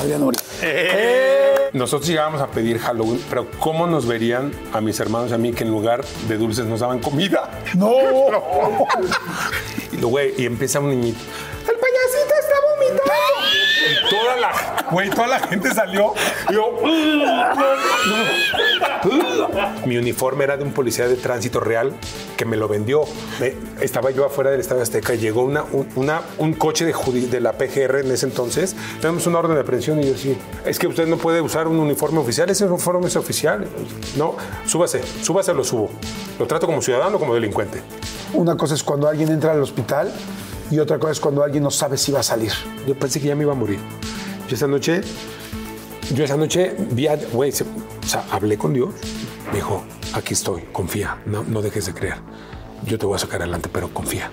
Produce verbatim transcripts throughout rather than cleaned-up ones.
Adrián Uribe. Eh. Nosotros llegábamos a pedir Halloween, pero ¿cómo nos verían a mis hermanos y a mí que en lugar de dulces nos daban comida? ¡No! no. Y luego, güey, y empieza un niñito. ¡El payasito está vomitando! Y toda la, güey, toda la gente salió. Y yo... Mi uniforme era de un policía de tránsito real que me lo vendió. Me, estaba yo afuera del Estadio Azteca y llegó una, un, una, un coche de, judi, de la P G R en ese entonces. Tenemos una orden de aprehensión y yo sí, es que usted no puede usar un uniforme oficial, ese uniforme es oficial. No, súbase, súbase, lo subo. Lo trato como ciudadano o como delincuente. Una cosa es cuando alguien entra al hospital y otra cosa es cuando alguien no sabe si va a salir. Yo pensé que ya me iba a morir. Yo esa noche, yo esa noche vi a, güey, o sea, hablé con Dios. Me dijo, aquí estoy, confía, no, no dejes de creer. Yo te voy a sacar adelante, pero confía.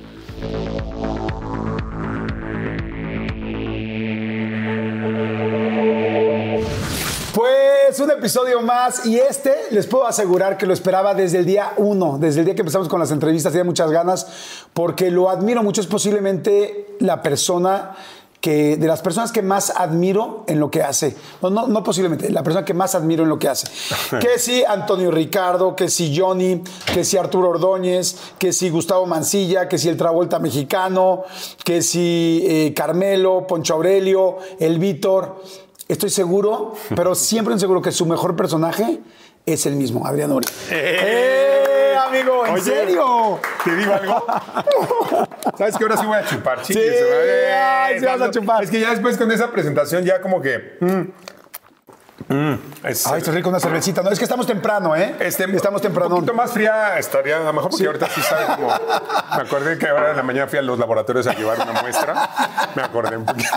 Pues un episodio más y este les puedo asegurar que lo esperaba desde el día uno, desde el día que empezamos con las entrevistas, tenía muchas ganas porque lo admiro mucho, es posiblemente la persona que, de las personas que más admiro en lo que hace, no, no, no posiblemente, la persona que más admiro en lo que hace, que si Antonio Ricardo, que si Johnny, que si Arturo Ordóñez, que si Gustavo Mancilla, que si el Travolta mexicano, que si eh, Carmelo, Poncho Aurelio, el Víctor. Estoy seguro, pero siempre seguro que su mejor personaje es el mismo, Adrián Uribe. ¡Eh, amigo! ¿En Oye, serio? ¿Te digo algo? ¿Sabes qué? Ahora sí voy a chupar. Sí, ay, sí vas a chupar. Es que ya después con esa presentación ya como que... Mm, mm, es, Ay, está rico una cervecita. No, es que estamos temprano, ¿eh? Este, estamos temprano. Un poquito más fría estaría a lo mejor porque sí. Ahorita sí sabe como... Me acordé que ahora en la mañana fui a los laboratorios a llevar una muestra. Me acordé un poquito.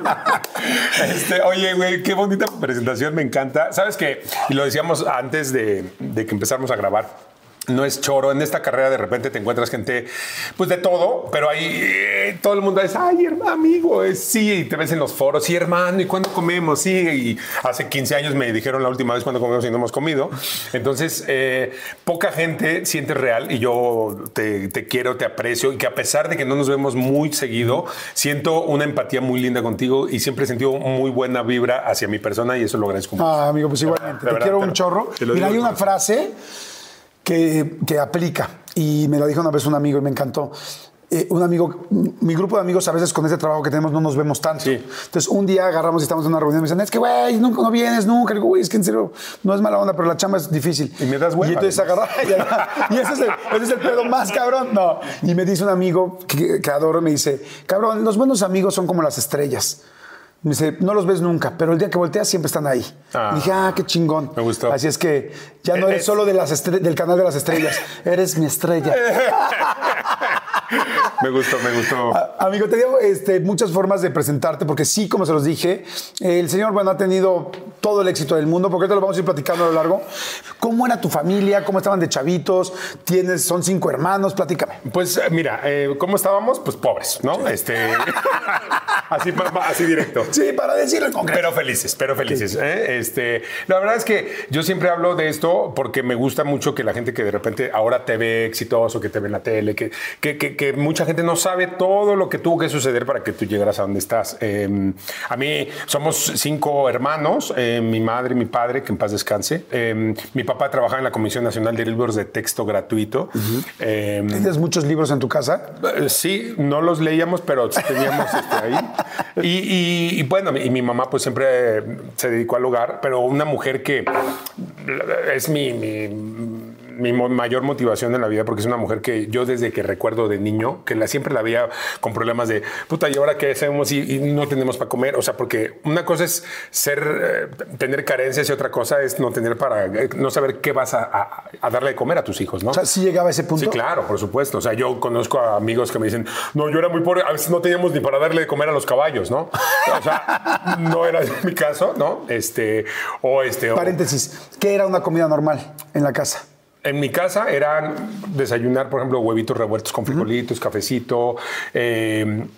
Este, oye, güey, qué bonita presentación, me encanta. ¿Sabes qué? Y lo decíamos antes de, de que empezáramos a grabar. No es choro. En esta carrera de repente te encuentras gente, pues de todo, pero ahí eh, todo el mundo es, ay, hermano, amigo, es, sí, y te ves en los foros, sí, hermano, ¿y cuándo comemos? Sí, y hace quince años me dijeron la última vez cuándo comemos y no hemos comido. Entonces, eh, poca gente siente real y yo te, te quiero, te aprecio y que a pesar de que no nos vemos muy seguido, siento una empatía muy linda contigo y siempre he sentido muy buena vibra hacia mi persona y eso lo agradezco mucho. Ah, amigo, pues igualmente. Te, te quiero un chorro. Mira, hay una frase... Que, que aplica, y me la dijo una vez un amigo y me encantó. Eh, un amigo, mi grupo de amigos a veces con ese trabajo que tenemos no nos vemos tanto. Sí. Entonces un día agarramos y estamos en una reunión y me dicen, es que güey, nunca no vienes, nunca. Y digo, güey, es que en serio no es mala onda, pero la chamba es difícil. Y me das hueva. Y entonces agarra, y, y ese, es el, ese es el pedo más cabrón. No. Y me dice un amigo que, que adoro, me dice, cabrón, los buenos amigos son como las estrellas. Me dice, no los ves nunca, pero el día que volteas siempre están ahí. Ah, y dije, ah, qué chingón. Me gustó. Así es que ya no eres es... solo de las estre- del canal de las estrellas, eres mi estrella. Me gustó, me gustó. A, amigo, te digo este, muchas formas de presentarte, porque sí, como se los dije, el señor, bueno, ha tenido todo el éxito del mundo, porque ahorita lo vamos a ir platicando a lo largo. ¿Cómo era tu familia? ¿Cómo estaban de chavitos? ¿Tienes, son cinco hermanos? Platícame. Pues mira, eh, ¿cómo estábamos? Pues pobres, ¿no? Sí. Este, así, así directo. Sí, para decirlo en concreto. Pero felices, pero felices. Sí. ¿eh? Este, la verdad es que yo siempre hablo de esto porque me gusta mucho que la gente que de repente ahora te ve exitoso, que te ve en la tele, que, que, que, que mucha gente no sabe todo lo que tuvo que suceder para que tú llegaras a donde estás. Eh, a mí somos cinco hermanos, eh, mi madre, mi padre, que en paz descanse. Eh, mi papá trabajaba en la Comisión Nacional de Libros de Texto Gratuito. Uh-huh. eh, ¿Tienes muchos libros en tu casa? Eh, sí, no los leíamos, pero teníamos este, ahí. Y, y, y bueno, y mi mamá pues siempre se dedicó al hogar, pero una mujer que es mi... mi mi mayor motivación en la vida, porque es una mujer que yo desde que recuerdo de niño, que la, siempre la veía con problemas de, puta, ¿y ahora qué hacemos? Y, y no tenemos para comer. O sea, porque una cosa es ser, eh, tener carencias y otra cosa es no tener para, eh, no saber qué vas a, a, a darle de comer a tus hijos, ¿no? O sea, ¿sí llegaba a ese punto? Sí, claro, por supuesto. O sea, yo conozco a amigos que me dicen, no, yo era muy pobre, a veces no teníamos ni para darle de comer a los caballos, ¿no? O sea, no era mi caso, ¿no? Este, o este... Paréntesis, ¿qué era una comida normal en la casa? En mi casa eran desayunar, por ejemplo, huevitos revueltos con frijolitos, uh-huh. cafecito, eh,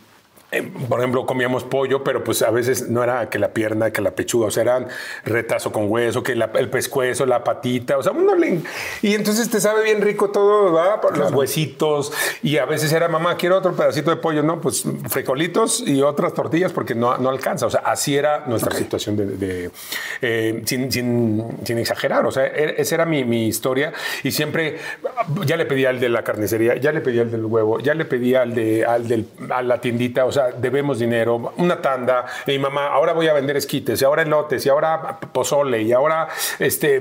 Eh, por ejemplo, comíamos pollo, pero pues a veces no era que la pierna, que la pechuga, o sea, eran retazo con hueso, que la, el pescuezo, la patita, o sea, uno le... Y entonces te sabe bien rico todo, ¿verdad? Por claro. Los huesitos, y a veces era, mamá, quiero otro pedacito de pollo, ¿no? Pues frijolitos y otras tortillas porque no, no alcanza, o sea, así era nuestra okay. situación de... de eh, sin, sin, sin exagerar, o sea, esa era mi, mi historia, y siempre ya le pedía al de la carnicería, ya le pedía al del huevo, ya le pedía al de, al del, a la tiendita, o sea, O sea, debemos dinero, una tanda, y mi mamá, ahora voy a vender esquites, y ahora elotes, y ahora pozole, y ahora, este,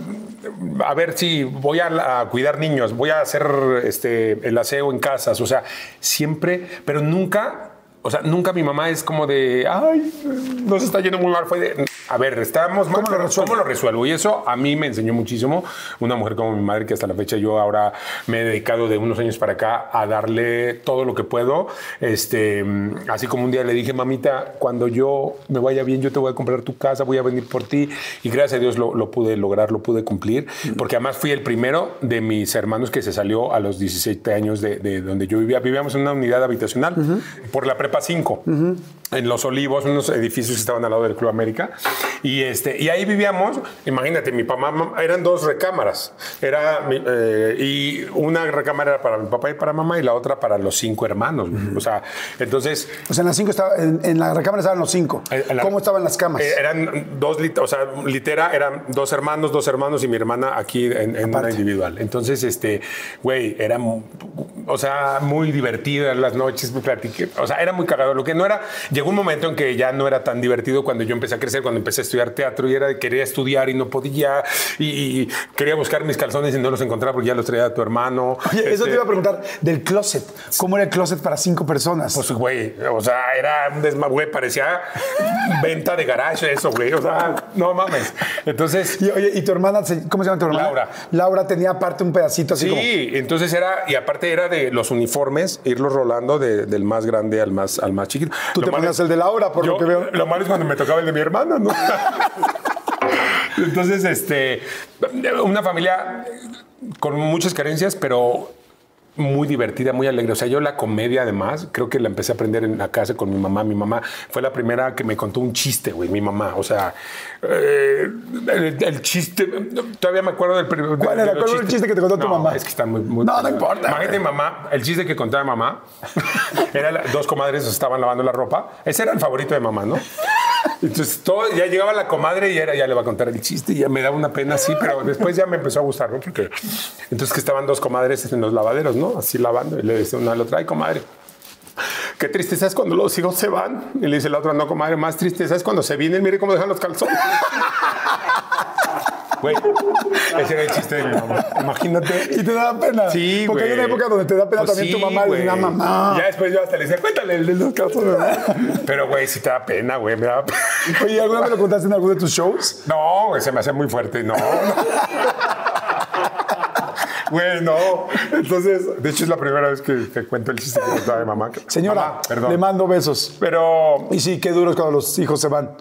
a ver si voy a, a cuidar niños, voy a hacer este, el aseo en casas, o sea, siempre, pero nunca... O sea, nunca mi mamá es como de, ay, nos está yendo muy mal. Fue de, a ver, estamos mal, ¿cómo lo resuelvo? ¿Cómo lo resuelvo? Y eso a mí me enseñó muchísimo. Una mujer como mi madre, que hasta la fecha yo ahora me he dedicado de unos años para acá a darle todo lo que puedo. Este, así como un día le dije, mamita, cuando yo me vaya bien, yo te voy a comprar tu casa, voy a venir por ti. Y gracias a Dios lo, lo pude lograr, lo pude cumplir. Porque además fui el primero de mis hermanos que se salió a los diecisiete años de, de donde yo vivía. Vivíamos en una unidad habitacional uh-huh. por la prepa cinco, uh-huh. en Los Olivos, unos edificios que estaban al lado del Club América, y, este, y ahí vivíamos, imagínate, mi papá, eran dos recámaras, era, eh, y una recámara era para mi papá y para mamá, y la otra para los cinco hermanos, uh-huh. o sea, entonces... O sea, en, las cinco estaba, en, en la recámara estaban los cinco, la, ¿cómo estaban las camas? Eh, eran dos, o sea, litera, eran dos hermanos, dos hermanos y mi hermana aquí en, en una individual, entonces, este, güey, era, o sea, muy divertida las noches, platiqué, o sea, era muy cagado. Lo que no era, llegó un momento en que ya no era tan divertido cuando yo empecé a crecer, cuando empecé a estudiar teatro y era de quería estudiar y no podía y, y quería buscar mis calzones y no los encontraba porque ya los traía tu hermano. Oye, este, eso te iba a preguntar del closet. ¿Cómo era el closet para cinco personas? Pues, güey, o sea, era un desma, güey, parecía venta de garage eso, güey, o sea, no mames. Entonces... Y, oye, ¿y tu hermana, cómo se llama tu hermana? Laura. Laura tenía aparte un pedacito así sí, como... Sí, entonces era, y aparte era de los uniformes, irlos rolando de, del más grande al más, al más chiquito. Tú lo te ponías es, el de Laura, por yo, lo que veo. Lo malo es cuando me tocaba el de mi hermana, ¿no? Entonces, este, una familia con muchas carencias, pero muy divertida, muy alegre. O sea, yo la comedia, además, creo que la empecé a aprender en la casa con mi mamá. Mi mamá fue la primera que me contó un chiste, güey, mi mamá. O sea, eh, el, el chiste... Todavía me acuerdo del... ¿Cuál de, era? De ¿Cuál era el chiste que te contó no, tu mamá? Es que está muy... muy no, no importa. Imagínate, mi mamá, el chiste que contaba mi mamá, era la, dos comadres estaban lavando la ropa. Ese era el favorito de mamá, ¿no? Entonces, todo, ya llegaba la comadre y era, ya le va a contar el chiste y ya me daba una pena así, pero después ya me empezó a gustar, ¿no? Porque entonces que estaban dos comadres en los lavaderos, ¿no? Así lavando y le decía una a la otra, ay, comadre, qué tristeza es cuando los hijos se van. Y le dice la otra, no, comadre, más tristeza es cuando se vienen, mire cómo dejan los calzones. Güey, ese era el chiste de mi mamá. Imagínate. ¿Y te daba pena? Sí, porque güey. hay una época donde te da pena pues también sí, tu mamá. Güey. Y una mamá. Ya después yo hasta le decía, cuéntale el de los calzones. Pero, güey, sí te da pena, güey. Me da pena. Oye, ¿alguna vez lo contaste en alguno de tus shows? No, güey, se me hacía muy fuerte. No. Güey, no. Entonces, de hecho, es la primera vez que te cuento el chiste que contaba de mamá. Señora, mamá, perdón. Le mando besos. Pero... Y sí, qué duro es cuando los hijos se van.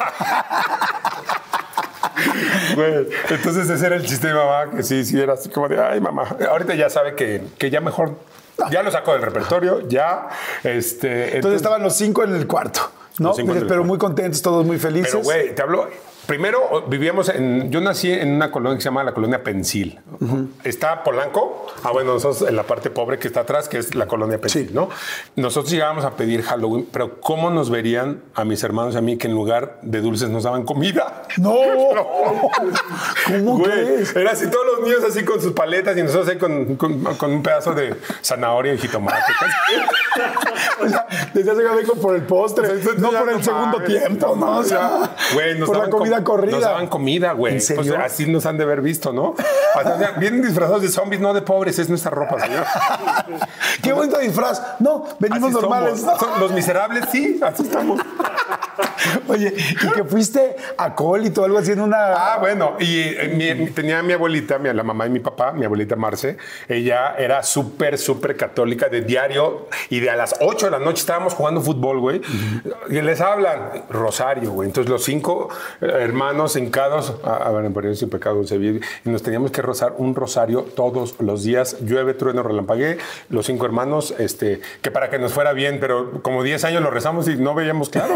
Güey, entonces ese era el chiste de mamá, que sí, sí, era así como de, ay, mamá. Ahorita ya sabe que, que ya mejor, ya lo sacó del repertorio, ya, este... Entonces, entonces estaban los cinco en el cuarto, ¿no? Pero cuarto. Muy contentos, todos muy felices. Pero, güey, te hablo... Primero, vivíamos en... Yo nací en una colonia que se llama la colonia Pensil. Uh-huh. Está Polanco. Ah, bueno, nosotros en la parte pobre que está atrás, que es la colonia Pensil, sí. ¿no? Nosotros llegábamos a pedir Halloween, pero ¿cómo nos verían a mis hermanos y a mí que en lugar de dulces nos daban comida? ¡No! no. ¿Cómo güey, crees? Era así, todos los niños así con sus paletas y nosotros ahí con, con, con un pedazo de zanahoria y jitomate. O sea, desde hace vengo por el postre, o sea, no por el no segundo mames, tiempo, ¿no? O sea, güey, nos por la comida com corrida. Nos daban comida, güey. ¿En serio? Pues así nos han de haber visto, ¿no? O sea, vienen disfrazados de zombies, no de pobres, es nuestra ropa, señor. Qué bonito disfraz. No, venimos así normales. Somos. Los miserables, sí, así estamos. Oye, y que fuiste acólito o algo así en una... Ah, bueno, y eh, mi, tenía mi abuelita, mi, la mamá de mi papá, mi abuelita Marce, ella era súper, súper católica de diario y de a las ocho de la noche estábamos jugando fútbol, güey, uh-huh. y les hablan rosario, güey. Entonces los cinco hermanos hincados, a ver, en sin pecado concebir, y nos teníamos que rezar un rosario todos los días, llueve, trueno, relampaguee, los cinco hermanos, este, que para que nos fuera bien, pero como diez años lo rezamos y no veíamos claro.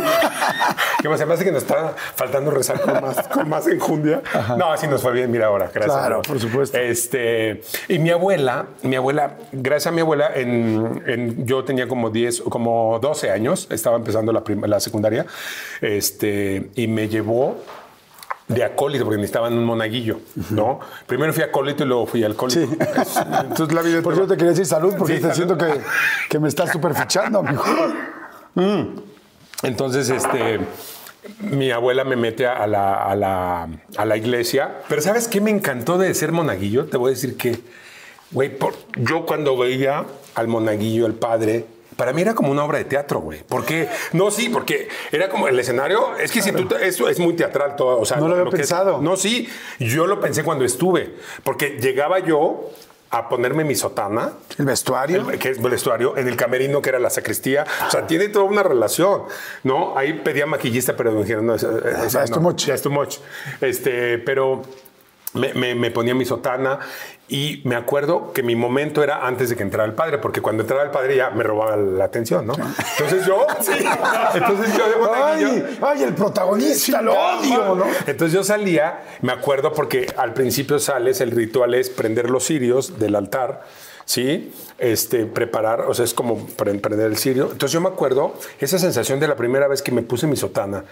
Que me parece que nos está faltando rezar con más, con más enjundia. Ajá. No, así nos fue bien, mira ahora, gracias. Claro, por supuesto. Este, y mi abuela, mi abuela, gracias a mi abuela, en, en, yo tenía como diez, como doce años, estaba empezando la, prim, la secundaria, este, y me llevó de acólito, porque necesitaban un monaguillo, ¿no? Uh-huh. Primero fui acólito y luego fui alcohólico. Sí. Entonces, la vida Por eso te quería decir salud, porque sí, te salud. Siento que, que me estás súper fichando, amigo. Mm. Entonces, este, mi abuela me mete a la, a, la, a la iglesia. Pero ¿sabes qué me encantó de ser monaguillo? Te voy a decir que, güey, yo cuando veía al monaguillo, al padre... Para mí era como una obra de teatro, güey. Porque, no, sí, porque era como el escenario. Es que si tú, eso es muy teatral todo. O sea, no lo había lo pensado. Es, no, sí, yo lo pensé cuando estuve. Porque llegaba yo a ponerme mi sotana. ¿El vestuario? El, que es el vestuario, en el camerino, que era la sacristía. O sea, tiene toda una relación, ¿no? Ahí pedía maquillista, pero me dijeron, no, esa, esa, ya es too much. Ya es too much. Este, pero me, me, me ponía mi sotana. Y me acuerdo que mi momento era antes de que entrara el padre, porque cuando entraba el padre ya me robaba la atención, ¿no? Entonces yo, sí, entonces yo de monaguillo, ay, ay, el protagonista, sí, lo odio, ¿no? Entonces yo salía, me acuerdo porque al principio sales, el ritual es prender los cirios del altar, ¿sí? Este, preparar, o sea, es como prender el cirio. Entonces yo me acuerdo esa sensación de la primera vez que me puse mi sotana.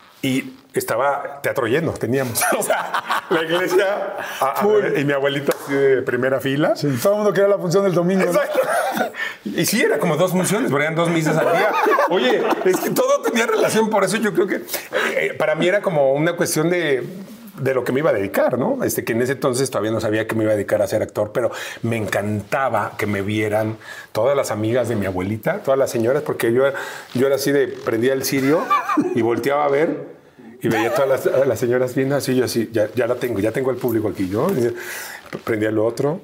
Y estaba teatro lleno, teníamos. O sea, la iglesia a, a ver, y mi abuelito así de primera fila. Sí, todo el mundo quería la función del domingo. Exacto. ¿No? Y sí, era como dos funciones, pero eran dos misas al día. Oye, es que todo tenía relación, por eso yo creo que eh, para mí era como una cuestión de... de lo que me iba a dedicar, ¿no? Este, que en ese entonces todavía no sabía que me iba a dedicar a ser actor, pero me encantaba que me vieran todas las amigas de mi abuelita, todas las señoras, porque yo, yo era así de, prendía el cirio y volteaba a ver y veía todas las, las señoras viendo así, yo así, ya, ya la tengo, ya tengo el público aquí, yo prendía lo otro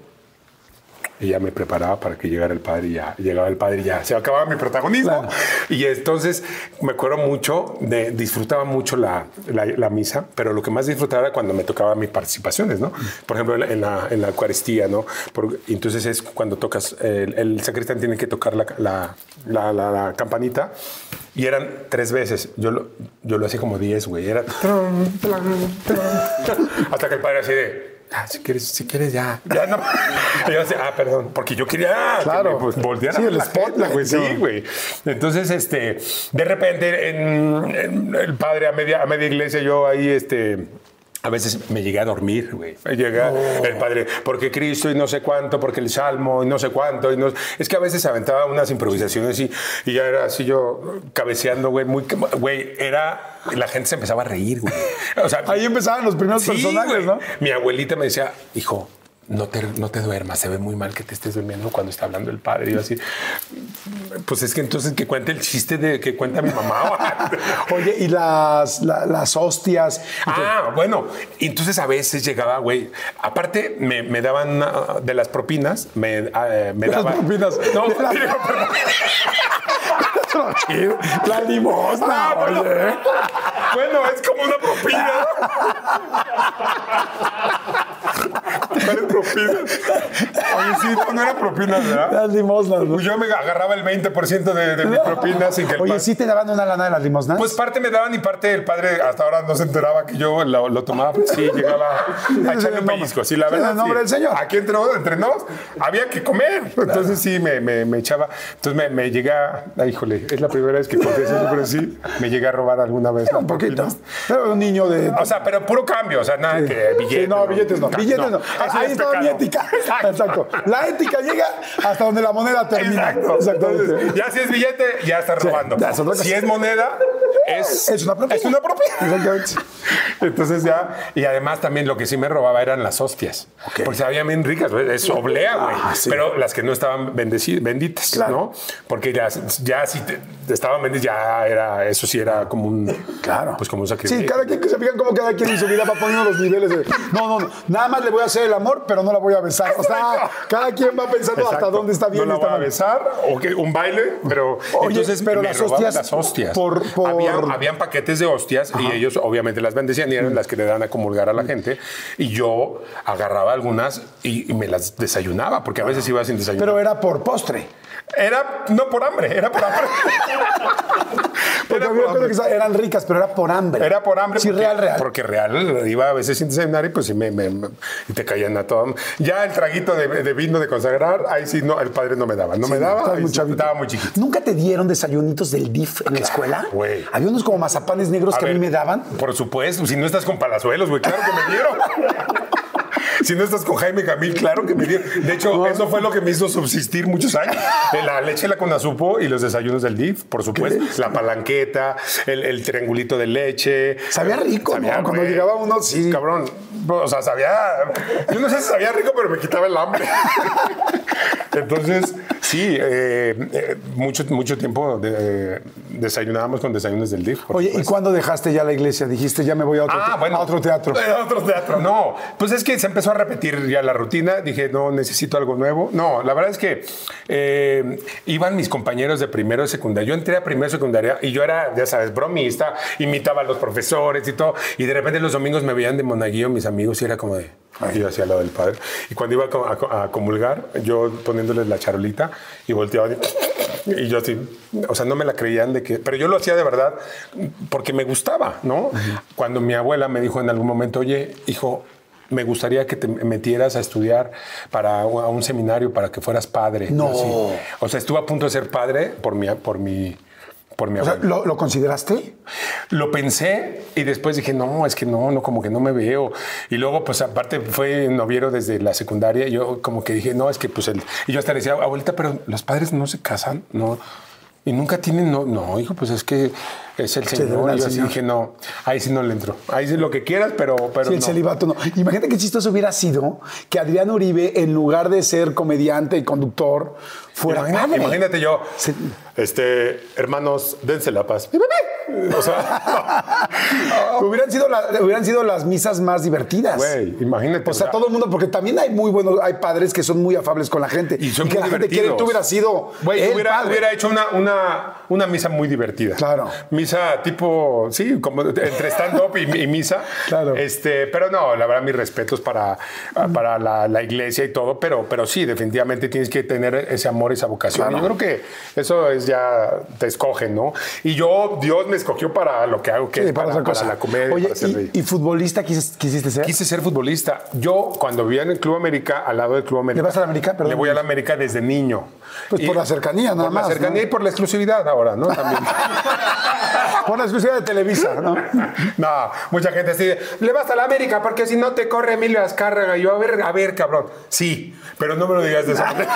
y ya me preparaba para que llegara el padre y ya llegaba el padre y ya se acababa mi protagonismo. Claro. Y entonces me acuerdo mucho, de, disfrutaba mucho la, la, la misa, pero lo que más disfrutaba era cuando me tocaba mis participaciones, ¿no? Por ejemplo, en la, en la Eucaristía, ¿no? Por, entonces es cuando tocas, el, el sacristán tiene que tocar la, la, la, la, la campanita y eran tres veces. Yo lo, yo lo hacía como diez, güey. Era... hasta que el padre así de... Ah, si quieres, si quieres ya. Ya no. Y yo decía, ah, perdón, porque yo quería claro. que me, pues, volteara sí, el la spotlight, güey. Sí, güey. Entonces, este, de repente, en, en el padre a media, a media iglesia, yo ahí, este. A veces me llegué a dormir, güey. Me llega oh. el padre, porque Cristo y no sé cuánto, porque el Salmo y no sé cuánto. Y no... Es que a veces aventaba unas improvisaciones y, y ya era así yo cabeceando, güey. Muy, güey, era... La gente se empezaba a reír, güey. O sea, ahí empezaban los primeros sí, personajes, güey. ¿No? Mi abuelita me decía, hijo, no te, no te duermas, se ve muy mal que te estés durmiendo cuando está hablando el padre. Y yo así, pues es que entonces que cuente el chiste de que cuenta mi mamá. Oye, y las, la, las hostias. Ah, bueno, entonces a veces llegaba, güey, aparte me, me daban uh, de las propinas, me, uh, me daban... Las propinas. No, la... digo, perdón. La limosna, ah, oye. Bueno, es como una propina. Propinas. Oye, sí, no, no era propinas, ¿verdad? Las limosnas, ¿no? Pues yo me agarraba el veinte por ciento de, de mi propina sin que el Oye, padre... ¿sí te daban una lana de las limosnas? Pues parte me daban y parte el padre hasta ahora no se enteraba que yo lo, lo tomaba. Sí, llegaba a echarle un pellizco. Sí, la verdad. En el nombre sí. del Señor. Aquí entre, entre nos había que comer. Entonces sí, me, me, me echaba. Entonces me, me llegué a... Ay, híjole, es la primera vez que confieso eso, pero sí me llegué a robar alguna vez. Sí, un poquito. Pero un niño de... O sea, pero puro cambio. O sea, nada sí. que billetes. Sí, no, no, billetes no. Billetes no. no. Ahí estaba mi ética. Exacto. Exacto. La ética llega hasta donde la moneda termina. Exacto. Entonces, ya si es billete, ya estás robando. Sí, ya, si es moneda, es, es una propina. Es una propina. Exactamente. Entonces ya, y además también lo que sí me robaba eran las hostias. Okay. Porque sabían bien ricas, güey. Es oblea, güey. Ah, sí. Pero las que no estaban benditas, claro. ¿no? Porque ya, ya si te, te estaban benditas, ya era, eso sí era como un... Claro. Pues como un sacrificio. Sí, cada quien que se fijan como cada quien en su vida va poniendo los niveles de... No, no, no. Nada más le voy a hacer el amor, pero no la voy a besar. O sea, cada quien va pensando Exacto. hasta dónde está bien. No la y está voy a besar, o que un baile, pero... Oye, entonces pero me las hostias... las hostias. Por, por... Habían, habían paquetes de hostias Ajá. y ellos obviamente las bendecían y eran mm. las que le dan a comulgar a la mm. gente. Y yo agarraba algunas y, y me las desayunaba, porque a veces iba sin desayunar. Pero era por postre. Era, no por hambre, era por hambre. Porque era por hambre. Que eran ricas, pero era por hambre. Era por hambre. Sí, porque, real, real. Porque real iba a veces sin desayunar y pues sí me, me, me y te caían a todo. Ya el traguito de, de vino de consagrar, ahí sí no, el padre no me daba. No sí, me daba, estaba muy, sí, estaba muy chiquito. ¿Nunca te dieron desayunitos del D I F en la escuela? Güey. Había unos como mazapanes negros a que ver, a mí me daban. Por supuesto, si no estás con Palazuelos, güey, claro que me dieron. Si no estás con Jaime Camil, claro que me dieron. De hecho, no. eso fue lo que me hizo subsistir muchos años. La leche, la conazupo y los desayunos del D I F, por supuesto. La palanqueta, el, el triangulito de leche. Sabía rico, sabía, ¿no? Cuando wey, llegaba uno, sí. Cabrón. O sea, sabía... Yo no sé si sabía rico, pero me quitaba el hambre. Entonces, sí, eh, eh, mucho, mucho tiempo de, eh, desayunábamos con desayunos del D I F. Oye, supuesto. ¿Y cuándo dejaste ya la iglesia? Dijiste, ya me voy a otro, ah, te bueno, a otro teatro. A otro teatro. No, pues es que se empezó a repetir ya la rutina. Dije, no, necesito algo nuevo. No, la verdad es que eh, iban mis compañeros de primero de secundaria. Yo entré a primero de secundaria y yo era, ya sabes, bromista, imitaba a los profesores y todo. Y de repente los domingos me veían de monaguillo mis amigos y era como de... Ahí yo hacía lo del padre. Y cuando iba a, a, a comulgar, yo poniéndoles la charolita y volteaba y, y yo así, o sea, no me la creían de que... Pero yo lo hacía de verdad porque me gustaba, ¿no? Uh-huh. Cuando mi abuela me dijo en algún momento, oye, hijo, me gustaría que te metieras a estudiar para a un seminario para que fueras padre. No. Así. O sea, estuve a punto de ser padre por mi... Por mi Por mi o sea, ¿lo, ¿lo consideraste? Lo pensé y después dije, no, es que no, no, como que no me veo. Y luego, pues aparte fue noviero desde la secundaria y yo como que dije, no, es que pues el... Y yo hasta le decía, abuelita, pero los padres no se casan, no... Y nunca tienen, no, no, hijo, pues es que es el Señor. Y yo así dije, no, ahí sí no le entro. Ahí sí lo que quieras, pero, pero sí, el no. celibato no. Imagínate qué chistoso hubiera sido que Adrián Uribe, en lugar de ser comediante y conductor, fuera imagínate, padre. Imagínate yo, sí. este, hermanos, dense la paz. O sea, hubieran, sido la, hubieran sido las misas más divertidas. Güey, imagínate. O sea, todo el mundo, porque también hay muy buenos, hay padres que son muy afables con la gente. Y son y que muy la gente quiere, tú hubieras sido. Güey, hubiera, hubiera hecho una, una, una misa muy divertida. Claro. Misa tipo, sí, como entre stand-up y, y misa. Claro. Este, pero no, la verdad, mis respetos para, para la, la iglesia y todo, pero, pero sí, definitivamente tienes que tener ese amor, esa vocación. Claro. Yo creo que eso es ya, te escogen, ¿no? Y yo, Dios me escogió para lo que hago, que sí, es para, para, para la comedia. Oye, para y, ¿y futbolista quisiste, quisiste ser? Quise ser futbolista. Yo, cuando vivía en el Club América, al lado del Club América... ¿Le vas a la América? Perdón. Le voy a la América desde niño. Pues y por la cercanía, nada por más. Por la cercanía, ¿no? Y por la exclusividad ahora, ¿no? También. Por la exclusividad de Televisa, ¿no? No, mucha gente así de, le vas a la América porque si no te corre Emilio Azcárraga. Y yo, a ver, a ver, cabrón. Sí, pero no me lo digas de esa manera.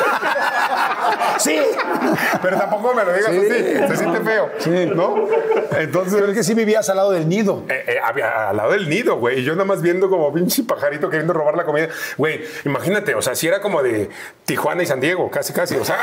Sí. Pero tampoco me lo digas sí, así. Se no. siente feo. Sí. ¿No? Entonces... Pero es que sí vivías al lado del nido. Eh, eh, había, al lado del nido, güey. Y yo nada más viendo como pinche pajarito queriendo robar la comida. Güey, imagínate, o sea, si era como de Tijuana y San Diego, casi, casi. O sea...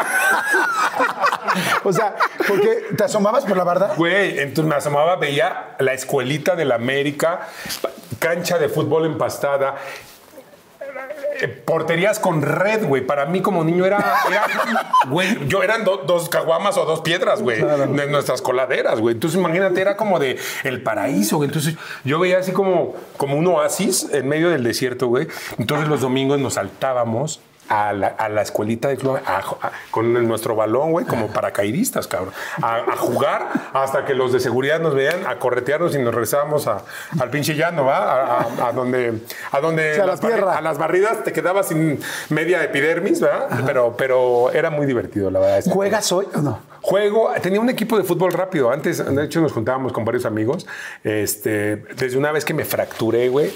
O sea, porque te asomabas por la barda. Güey, entonces me asomaba, veía la escuelita de la América, cancha de fútbol empastada, porterías con red, güey. Para mí como niño era, era güey, yo eran do, dos caguamas o dos piedras, güey, claro. de nuestras coladeras, güey. Entonces imagínate, era como de el paraíso, güey. Entonces yo veía así como, como un oasis en medio del desierto, güey. Entonces los domingos nos saltábamos a la, a la escuelita de club a, a, con el, nuestro balón, güey, como paracaidistas, cabrón. A, a jugar hasta que los de seguridad nos veían, a corretearnos y nos regresábamos a, al pinche llano, ¿va? A, a, a donde... A, donde sí, a, las la barri- a las barridas te quedabas sin media epidermis, ¿verdad? Pero, pero era muy divertido, la verdad. ¿Juegas hoy o no? Juego, tenía un equipo de fútbol rápido. Antes, de hecho, nos juntábamos con varios amigos. Este, desde una vez que me fracturé, güey,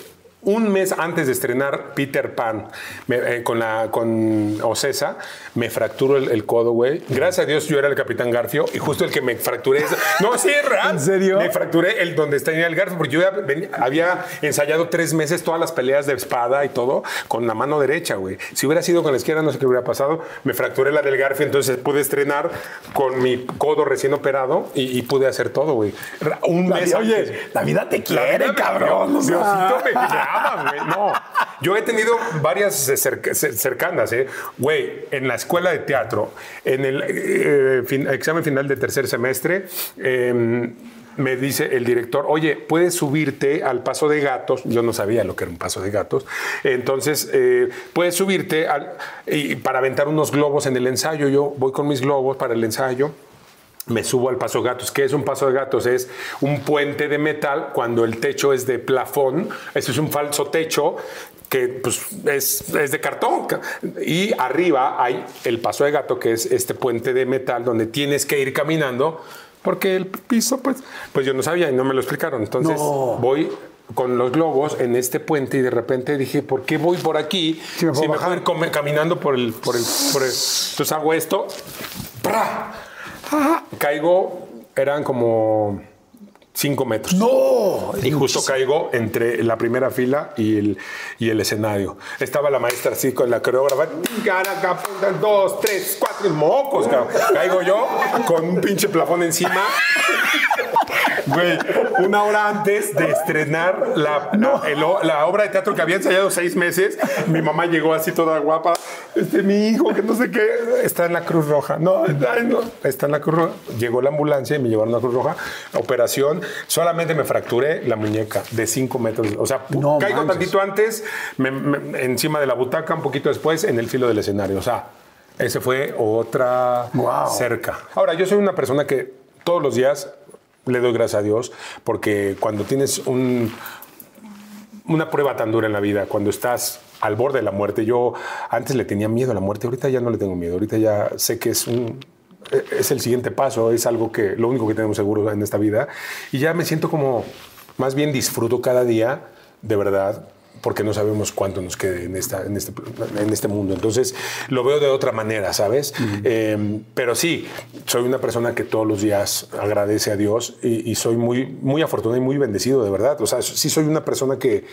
Un mes antes de estrenar Peter Pan me, eh, con, la, con Ocesa, me fracturó el, el codo, güey. Gracias a Dios yo era el Capitán Garfio y justo el que me fracturé... Eso, no, sí, es real. ¿En serio? Me fracturé el donde tenía el Garfio porque yo había, había ensayado tres meses todas las peleas de espada y todo con la mano derecha, güey. Si hubiera sido con la izquierda, no sé qué hubiera pasado. Me fracturé la del Garfio, entonces pude estrenar con mi codo recién operado y, y pude hacer todo, güey. Un La mes vida, antes. oye, la vida te quiere, vida me- cabrón. o sea. Diosito me llama, güey. No, yo he tenido varias cerca- cercanas, ¿eh? Güey, en la escuela de teatro, en el eh, fin- examen final de tercer semestre, eh, me dice el director, oye, ¿puedes subirte al Paso de Gatos? Yo no sabía lo que era un Paso de Gatos. Entonces, eh, puedes subirte al- y para aventar unos globos en el ensayo. Yo voy con mis globos para el ensayo. Me subo al Paso de Gatos. ¿Qué es un Paso de Gatos? Es un puente de metal cuando el techo es de plafón. Eso es un falso techo que pues, es, es de cartón. Y arriba hay el Paso de Gato, que es este puente de metal donde tienes que ir caminando porque el piso, pues, pues yo no sabía y no me lo explicaron. Entonces No. voy con los globos en este puente y de repente dije, ¿por qué voy por aquí? Sí, me puedo si me bajar. puedo ir come- caminando por el, por el, por el... Entonces hago esto. ¡Pra! Caigo, eran como cinco metros. ¡No! Y justo caigo entre la primera fila y el, y el escenario. Estaba la maestra así con la coreógrafa. Dos, tres, cuatro mocos. Cabrón. Caigo yo con un pinche plafón encima. Güey, una hora antes de estrenar la, la, el- la obra de teatro que había ensayado seis meses, mi mamá llegó así toda guapa. Este, mi hijo, que no sé qué, está en la Cruz Roja. No, ay, no, está en la Cruz Roja. Llegó la ambulancia y me llevaron a la Cruz Roja. Operación. Solamente me fracturé la muñeca de cinco metros. O sea, No caigo manches. tantito antes, me- me- encima de la butaca, un poquito después, en el filo del escenario. O sea, ese fue otra Wow. cerca. Ahora, yo soy una persona que todos los días le doy gracias a Dios, porque cuando tienes un, una prueba tan dura en la vida, cuando estás al borde de la muerte, yo antes le tenía miedo a la muerte, ahorita ya no le tengo miedo, ahorita ya sé que es un... es el siguiente paso, es algo que lo único que tenemos seguro en esta vida y ya me siento como más bien disfruto cada día de verdad porque no sabemos cuánto nos quede en, esta, en, este, en este mundo. Entonces lo veo de otra manera, ¿sabes? Uh-huh. Eh, pero sí, soy una persona que todos los días agradece a Dios y, y soy muy, muy afortunado y muy bendecido, de verdad. O sea, sí soy una persona que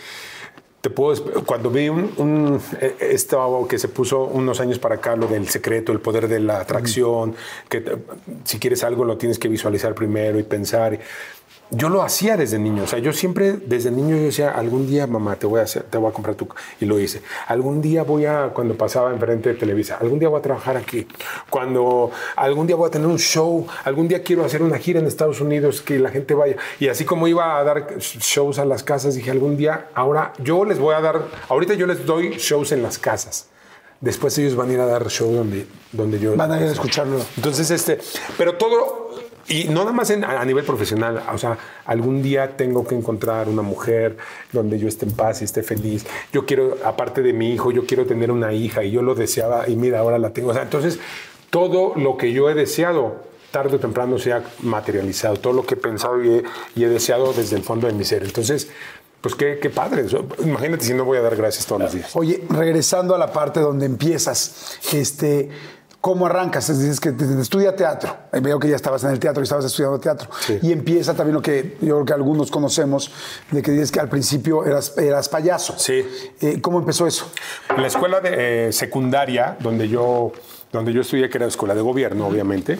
te puedo... Cuando vi un, un, esto que se puso unos años para acá, lo del secreto, el poder de la atracción, uh-huh. que te, si quieres algo lo tienes que visualizar primero y pensar... Yo lo hacía desde niño, o sea, yo siempre desde niño yo decía, algún día, mamá, te voy a hacer, te voy a comprar tu... Y lo hice. Algún día voy a, cuando pasaba enfrente de Televisa, algún día voy a trabajar aquí. Cuando, algún día voy a tener un show, algún día quiero hacer una gira en Estados Unidos, que la gente vaya. Y así como iba a dar shows a las casas, dije, algún día, ahora yo les voy a dar, ahorita yo les doy shows en las casas. Después ellos van a ir a dar show donde, donde yo... Van a ir a escucharlo. Entonces, este, pero todo... Y no nada más en, a nivel profesional, o sea, algún día tengo que encontrar una mujer donde yo esté en paz y esté feliz. Yo quiero, aparte de mi hijo, yo quiero tener una hija y yo lo deseaba y mira, ahora la tengo. O sea, entonces, todo lo que yo he deseado, tarde o temprano se ha materializado. Todo lo que he pensado y he, y he deseado desde el fondo de mi ser. Entonces, pues qué, qué padre. Imagínate si no voy a dar gracias todos los días. Oye, regresando a la parte donde empiezas, este... ¿cómo arrancas? Dices que te, te estudia teatro. Veo que ya estabas en el teatro y estabas estudiando teatro. Sí. Y empieza también lo que yo creo que algunos conocemos, de que dices que al principio eras, eras payaso. Sí. Eh, ¿Cómo empezó eso? En la escuela de, eh, secundaria, donde yo, donde yo estudié, que era escuela de gobierno, obviamente,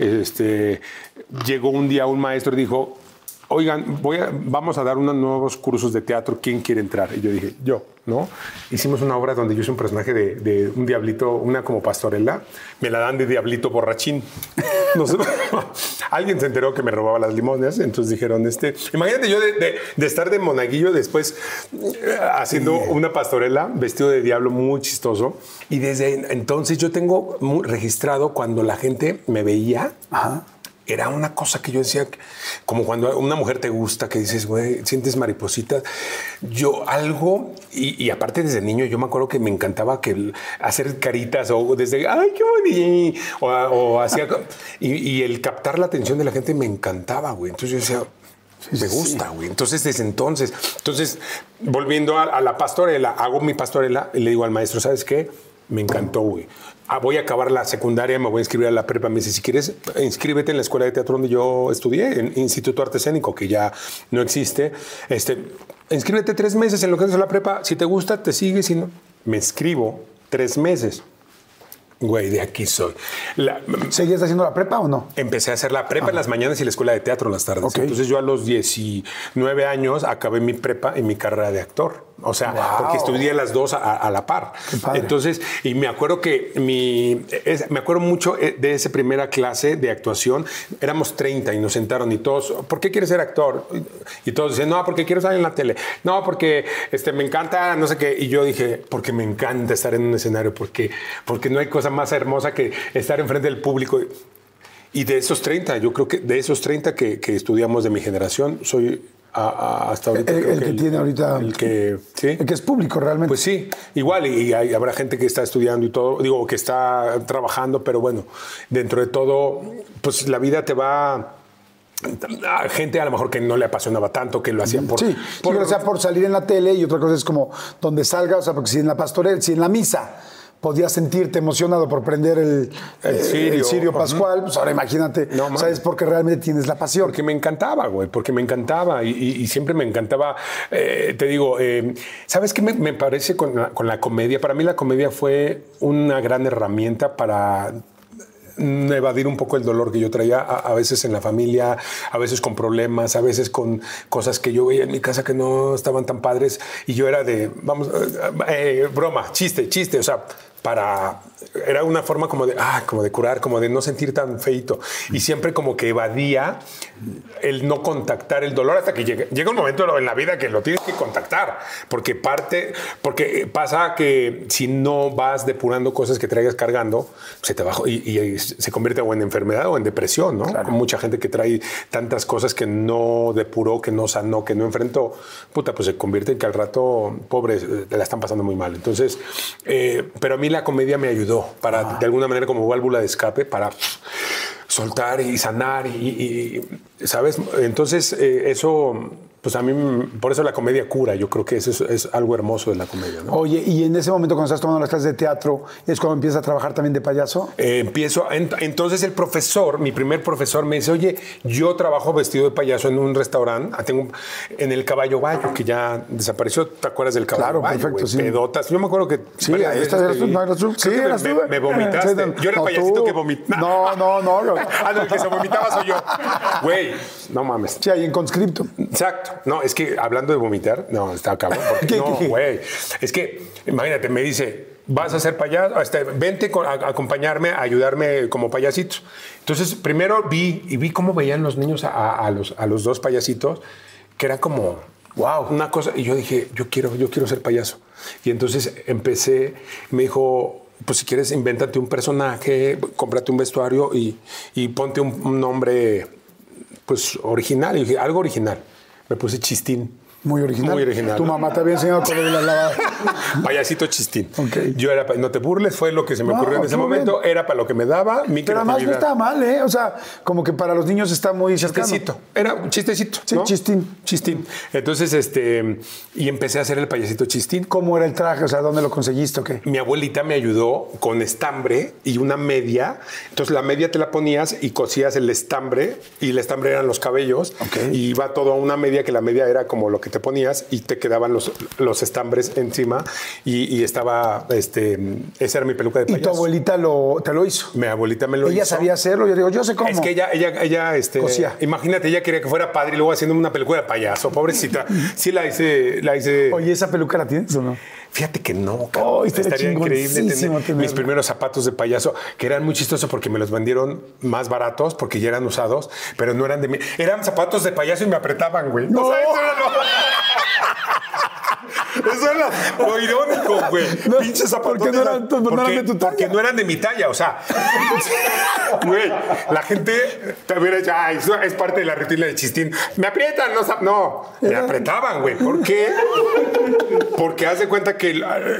este, llegó un día un maestro y dijo, oigan, voy a, vamos a dar unos nuevos cursos de teatro, ¿quién quiere entrar? Y yo dije, yo, ¿no? Hicimos una obra donde yo soy un personaje de, de un diablito, una como pastorela, me la dan de diablito borrachín. No sé, alguien se enteró que me robaba las limones, entonces dijeron, este, imagínate yo de, de, de estar de monaguillo después eh, haciendo sí. una pastorela, vestido de diablo muy chistoso, y desde entonces yo tengo muy registrado cuando la gente me veía. Ajá. Era una cosa que yo decía, como cuando una mujer te gusta, que dices, güey, sientes maripositas. Yo algo, y, y aparte desde niño, yo me acuerdo que me encantaba que hacer caritas o desde, ay, qué bonito, o, o hacía, y, y el captar la atención de la gente me encantaba, güey. Entonces yo decía, Sí, me gusta, güey. Sí. Entonces, desde entonces, entonces, volviendo a, a la pastorela, hago mi pastorela y le digo al maestro, ¿sabes qué? Me encantó, güey. Ah, voy a acabar la secundaria, me voy a inscribir a la prepa. Me dice, si quieres, inscríbete en la escuela de teatro donde yo estudié, en Instituto Arte Escénico, que ya no existe. Este, inscríbete tres meses en lo que es la prepa. Si te gusta, te sigues. Si no, me inscribo tres meses. Güey, de aquí soy. La, ¿Seguías haciendo la prepa o no? Empecé a hacer la prepa ah. en las mañanas y la escuela de teatro en las tardes. Okay. Entonces yo a los diecinueve años acabé mi prepa y mi carrera de actor. O sea, wow. porque estudié las dos a, a la par. Entonces, y me acuerdo que mi... Es, me acuerdo mucho de esa primera clase de actuación. Éramos treinta y nos sentaron y todos, ¿por qué quieres ser actor? Y todos decían, no, porque quiero salir en la tele. No, porque este, me encanta, no sé qué. Y yo dije, porque me encanta estar en un escenario, porque, porque no hay cosa más hermosa que estar enfrente del público. Y de esos treinta, yo creo que de esos treinta que, que estudiamos de mi generación, soy... A, a, hasta ahorita el, el que, que el, tiene ahorita el que ¿sí? el que es público realmente. Pues sí, igual y, y hay, habrá gente que está estudiando y todo, digo que está trabajando, pero bueno, dentro de todo, pues la vida te va a gente a lo mejor que no le apasionaba tanto, que lo hacían por, sí, por, sí, o sea, por salir en la tele, y otra cosa es como donde salga, o sea, porque si en la pastorela, si en la misa podías sentirte emocionado por prender el, el, cirio. el cirio pascual, uh-huh. pues ahora imagínate, no, ¿sabes? Porque realmente tienes la pasión. Porque me encantaba, güey, porque me encantaba y, y, y siempre me encantaba, eh, te digo, eh, ¿sabes qué me, me parece con la, con la comedia? Para mí la comedia fue una gran herramienta para evadir un poco el dolor que yo traía a, a veces en la familia, a veces con problemas, a veces con cosas que yo veía en mi casa que no estaban tan padres y yo era de, vamos, eh, broma, chiste, chiste, o sea, para... Era una forma como de, ah, como de curar, como de no sentir tan feito. Y siempre como que evadía el no contactar el dolor hasta que llega, llega un momento en la vida que lo tienes que contactar. Porque parte, porque pasa que si no vas depurando cosas que traigas cargando, se te baja y, y se convierte o en enfermedad o en depresión, ¿no? Claro. Mucha gente que trae tantas cosas que no depuró, que no sanó, que no enfrentó, puta, pues se convierte en que al rato, pobres, la están pasando muy mal. Entonces, eh, pero a mí la comedia me ayudó para, ah. de alguna manera, como válvula de escape, para soltar y sanar, y, y ¿sabes? Entonces, eh, eso, pues a mí, por eso la comedia cura. Yo creo que eso es, es algo hermoso de la comedia, ¿no? Oye, y en ese momento cuando estás tomando las clases de teatro, ¿es cuando empiezas a trabajar también de payaso? Eh, empiezo, ent- entonces el profesor, mi primer profesor me dice, oye, yo trabajo vestido de payaso en un restaurante, tengo en el Caballo Bayo, que ya desapareció. ¿Te acuerdas del Caballo claro, Bayo? Perfecto, güey? sí. Pedotas. Yo me acuerdo que... Sí, ahí estás, eras tú, no eras tú. Sí, eras tú. Me, me vomitaste. Yo era el no, payasito tú. que vomitaba. No, no, no. no. Ah, no, el que se vomitaba soy yo. Güey, no mames. Sí, ahí en conscripto. Exacto. No, es que hablando de vomitar, no, está cabrón. Porque no, güey. Es que, imagínate, me dice, vas a ser payaso, este, vente con, a, a acompañarme, a ayudarme como payasito. Entonces, primero vi y vi cómo veían los niños a, a, los, a los dos payasitos, que era como, wow, una cosa. Y yo dije, yo quiero, yo quiero ser payaso. Y entonces empecé, me dijo, pues si quieres, invéntate un personaje, cómprate un vestuario y, y ponte un, un nombre, pues, original. Y dije, algo original. Me puse Chistín. Muy original. Muy original. Tu mamá te había enseñado con las lavadas. Payasito Chistín. Okay. Yo era, no te burles, fue lo que se me ocurrió no, en ese momento. Bien. Era para lo que me daba mi Pero además no está mal, ¿eh? O sea, como que para los niños está muy cercano. Chistecito. Era un chistecito. Sí, ¿no? Chistín. Chistín. Entonces, este, y empecé a hacer el payasito Chistín. ¿Cómo era el traje? O sea, ¿dónde lo conseguiste o qué? Mi abuelita me ayudó con estambre y una media. Entonces, la media te la ponías y cosías el estambre, y el estambre eran los cabellos. Okay. Y iba todo a una media, que la media era como lo que te ponías, y te quedaban los, los estambres encima, y, y estaba, este, esa era mi peluca de payaso. ¿Y tu abuelita lo, te lo hizo? Mi abuelita me lo ¿Ella hizo. ¿Ella sabía hacerlo? Yo digo, yo sé cómo. Es que ella, ella, ella, este, cosía. Imagínate, ella quería que fuera padre y luego haciendo una peluca de payaso, pobrecita. Sí la hice, la hice. Oye, ¿esa peluca la tienes o no? Fíjate que no, oh, estaría increíble tener tenerla. Mis primeros zapatos de payaso, que eran muy chistosos porque me los vendieron más baratos porque ya eran usados, pero no eran de mí. Eran zapatos de payaso y me apretaban, güey. No. ¿No sabes? Eso era lo irónico, güey. No, Pinches zapatotes. porque no eran, porque, no eran de tu talla. Porque no eran de mi talla, o sea. Güey, la gente te hubiera dicho, ay, eso es parte de la rutina de Chistín. Me aprietan, no, no, me apretaban, güey. ¿Por qué? Porque haz de cuenta que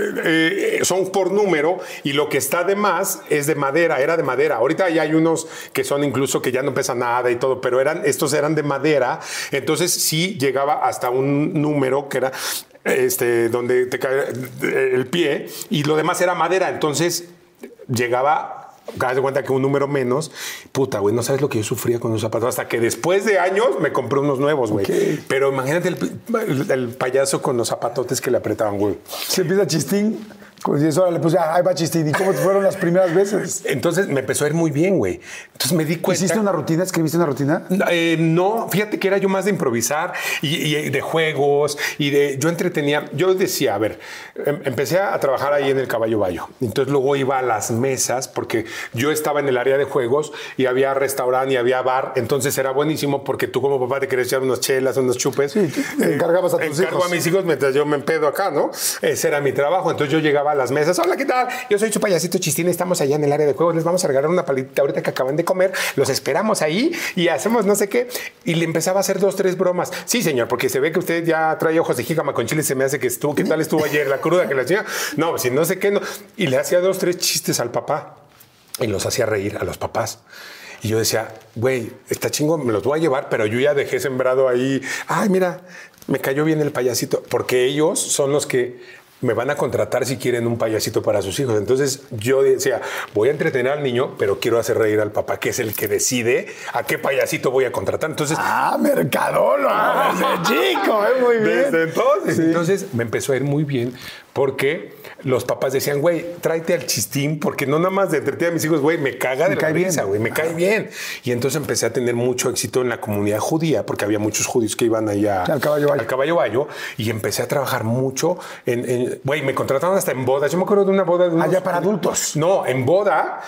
eh, son por número y lo que está de más es de madera, era de madera. Ahorita ya hay unos que son incluso que ya no pesan nada y todo, pero eran, estos eran de madera. Entonces sí llegaba hasta un número que era este, donde te cae el pie y lo demás era madera. Entonces llegaba... Haz de cuenta que un número menos, puta, güey, no sabes lo que yo sufría con los zapatos. Hasta que después de años me compré unos nuevos, güey. Okay. Pero imagínate el, el, el payaso con los zapatotes que le apretaban, güey. Se empieza Chistín. Pues eso, le puse, ahí va Chistín. ¿Y cómo fueron las primeras veces? Entonces me empezó a ir muy bien, güey. Entonces me di cuenta. ¿Hiciste una rutina? ¿Escribiste una rutina? Eh, no, fíjate que era yo más de improvisar y, y de juegos y de. Yo entretenía. Yo decía, a ver, em, empecé a trabajar ahí en el Caballo Bayo. Entonces luego iba a las mesas porque yo estaba en el área de juegos y había restaurante y había bar. Entonces era buenísimo porque tú, como papá, te querías echar unas chelas, unos chupes. Sí, te encargabas a tus Encargo hijos. a mis hijos mientras yo me empedo acá, ¿no? Ese era mi trabajo. Entonces yo llegaba a las mesas. Hola, ¿qué tal? Yo soy su payasito Chistín. Estamos allá en el área de juegos. Les vamos a regalar una paletita ahorita que acaban de comer. Los esperamos ahí y hacemos no sé qué. Y le empezaba a hacer dos, tres bromas. Sí, señor, porque se ve que usted ya trae ojos de jícama con chile. Se me hace que estuvo. ¿Qué tal estuvo ayer? La cruda que le hacía. No, si no sé qué. No. Y le hacía dos, tres chistes al papá y los hacía reír a los papás. Y yo decía, güey, está chingo, me los voy a llevar, pero yo ya dejé sembrado ahí. Ay, mira, me cayó bien el payasito. Porque ellos son los que me van a contratar si quieren un payasito para sus hijos. Entonces yo decía, voy a entretener al niño, pero quiero hacer reír al papá, que es el que decide a qué payasito voy a contratar. Entonces, ah, mercadólogo, desde chico, eh, muy bien. Desde entonces. Sí. Entonces me empezó a ir muy bien porque los papás decían, güey, tráete al Chistín, porque no nada más de entretener a mis hijos, güey, me caga de me la risa, güey, me ah. cae bien. Y entonces empecé a tener mucho éxito en la comunidad judía, porque había muchos judíos que iban allá al Caballo Bayo. Al Caballo Bayo, y empecé a trabajar mucho en, güey, me contrataron hasta en bodas. Yo me acuerdo de una boda de unos, allá para adultos. No, en boda.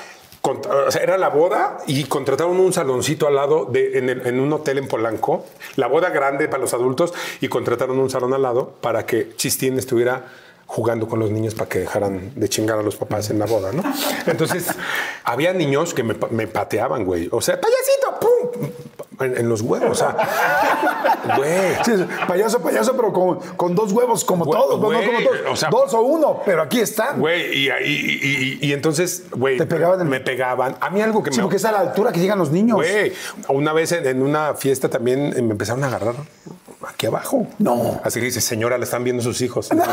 O sea, era la boda y contrataron un saloncito al lado de, en, el, en un hotel en Polanco, la boda grande para los adultos, y contrataron un salón al lado para que Chistín estuviera jugando con los niños para que dejaran de chingar a los papás en la boda, ¿no? Entonces, había niños que me, me pateaban, güey. O sea, payasito, ¡pum! En, en los huevos, o sea, güey. Sí, payaso, payaso, pero con, con dos huevos, como Güey, todos, güey, no como todos. o sea, dos o uno, pero aquí están. Güey, y, y, y, y entonces, güey, te pegaban el... me pegaban. A mí algo que sí, me... porque es a la altura que llegan los niños. Güey, una vez en, en una fiesta también me empezaron a agarrar aquí abajo. No. Así que dice, señora, le están viendo sus hijos. No,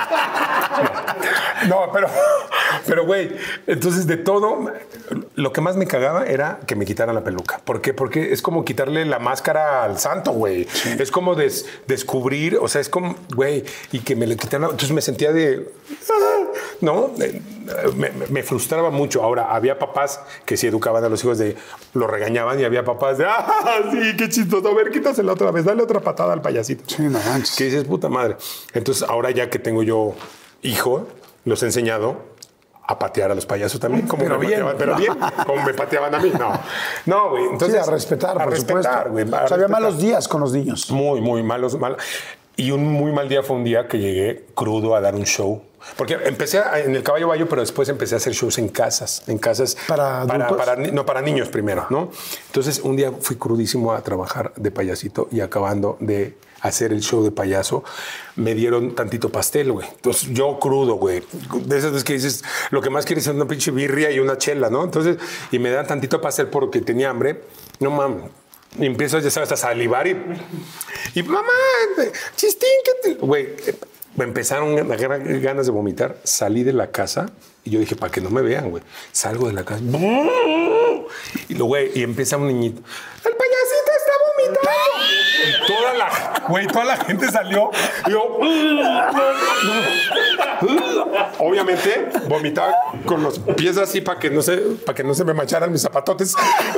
no pero, pero, güey, entonces de todo, lo que más me cagaba era que me quitaran la peluca. ¿Por qué? Porque es como quitarle la máscara al santo, güey. Sí. Es como des, descubrir, o sea, es como, güey, y que me le quitaran. Entonces me sentía de, no, me, me frustraba mucho. Ahora, había papás que sí educaban a los hijos de, lo regañaban, y había papás de, ah, sí, qué chistoso, a ver, quítasela otra vez, dale otra patada al payasito. Sí, no manches. Que dices, puta madre. Entonces, ahora ya que tengo yo hijo, los he enseñado a patear a los payasos también. Como pero, me bien, pateaban, pero bien, como me pateaban a mí. No, no, güey. Entonces, sí, a respetar, a por respetar, supuesto. Güey, o sea, había respetar. malos días con los niños. Muy, muy malos. Mal. Y un muy mal día fue un día que llegué crudo a dar un show. Porque empecé a, en el Caballo Bayo, pero después empecé a hacer shows en casas. En casas. ¿Para para, adultos? para No, para niños primero, ¿no? Entonces, un día fui crudísimo a trabajar de payasito y acabando de hacer el show de payaso, me dieron tantito pastel, güey. Entonces, yo crudo, güey. De esas veces que dices, lo que más quieres es una pinche birria y una chela, ¿no? Entonces, y me dan tantito pastel porque tenía hambre. No mames. Y empiezo, ya sabes, a salivar y... Y, mamá, Chistín, ¿qué te...? Güey, me empezaron a dar ganas de vomitar. Salí de la casa y yo dije, para que no me vean, güey. Salgo de la casa. Y lo, güey, y empieza un niñito. ¡El payasito está vomitando! Y toda la, güey, toda la gente salió. Y yo... Obviamente, vomitaba con los pies así para que no se, para que no se me mancharan mis zapatotes.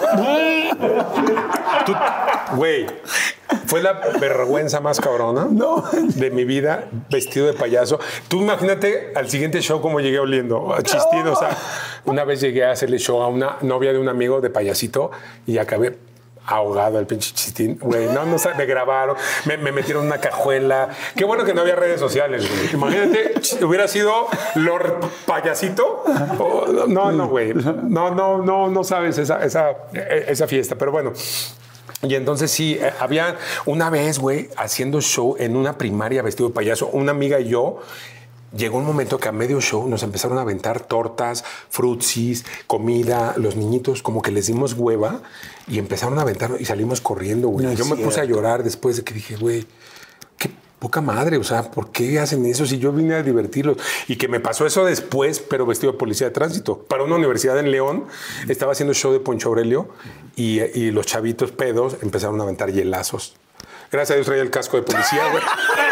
Tú, güey, fue la vergüenza más cabrona no. de mi vida vestido de payaso. Tú imagínate al siguiente show cómo llegué oliendo, a Chistín. No. O sea, una vez llegué a hacerle show a una novia de un amigo de payasito y acabé ahogado el pinche chistín, güey. No, no sé, me grabaron, me, me metieron en una cajuela. Qué bueno que no había redes sociales, güey. Imagínate, hubiera sido Lord Payasito. Oh, no, no, güey. No, no, no, no sabes esa, esa, esa fiesta. Pero bueno. Y entonces sí, eh, había una vez, güey, haciendo show en una primaria vestido de payaso, una amiga y yo. Llegó un momento que a medio show nos empezaron a aventar tortas, frutsis, comida. Los niñitos como que les dimos hueva y empezaron a aventar y salimos corriendo, güey. No Yo me puse a llorar después de que dije, güey, qué poca madre. O sea, ¿por qué hacen eso si yo vine a divertirlos? Y que me pasó eso después, pero vestido de policía de tránsito. Para una universidad en León, estaba haciendo show de Poncho Aurelio y, y los chavitos pedos empezaron a aventar hielazos. Gracias a Dios traía el casco de policía, güey.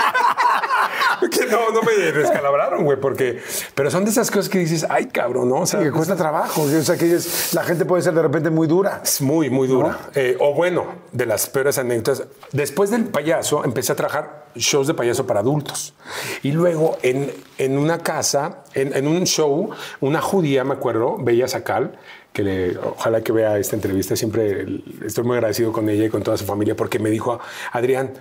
Que no, no me descalabraron, güey, porque... Pero son de esas cosas que dices, ay, cabrón, ¿no? O sea, sí, que cuesta trabajo. O sea, que es, la gente puede ser de repente muy dura. Es muy, muy dura. ¿No? Eh, o bueno, de las peores anécdotas. Después del payaso, empecé a trabajar shows de payaso para adultos. Y luego, en, en una casa, en, en un show, una judía, me acuerdo, Bella Sacal, que le, ojalá que vea esta entrevista, siempre estoy muy agradecido con ella y con toda su familia, porque me dijo, Adrián,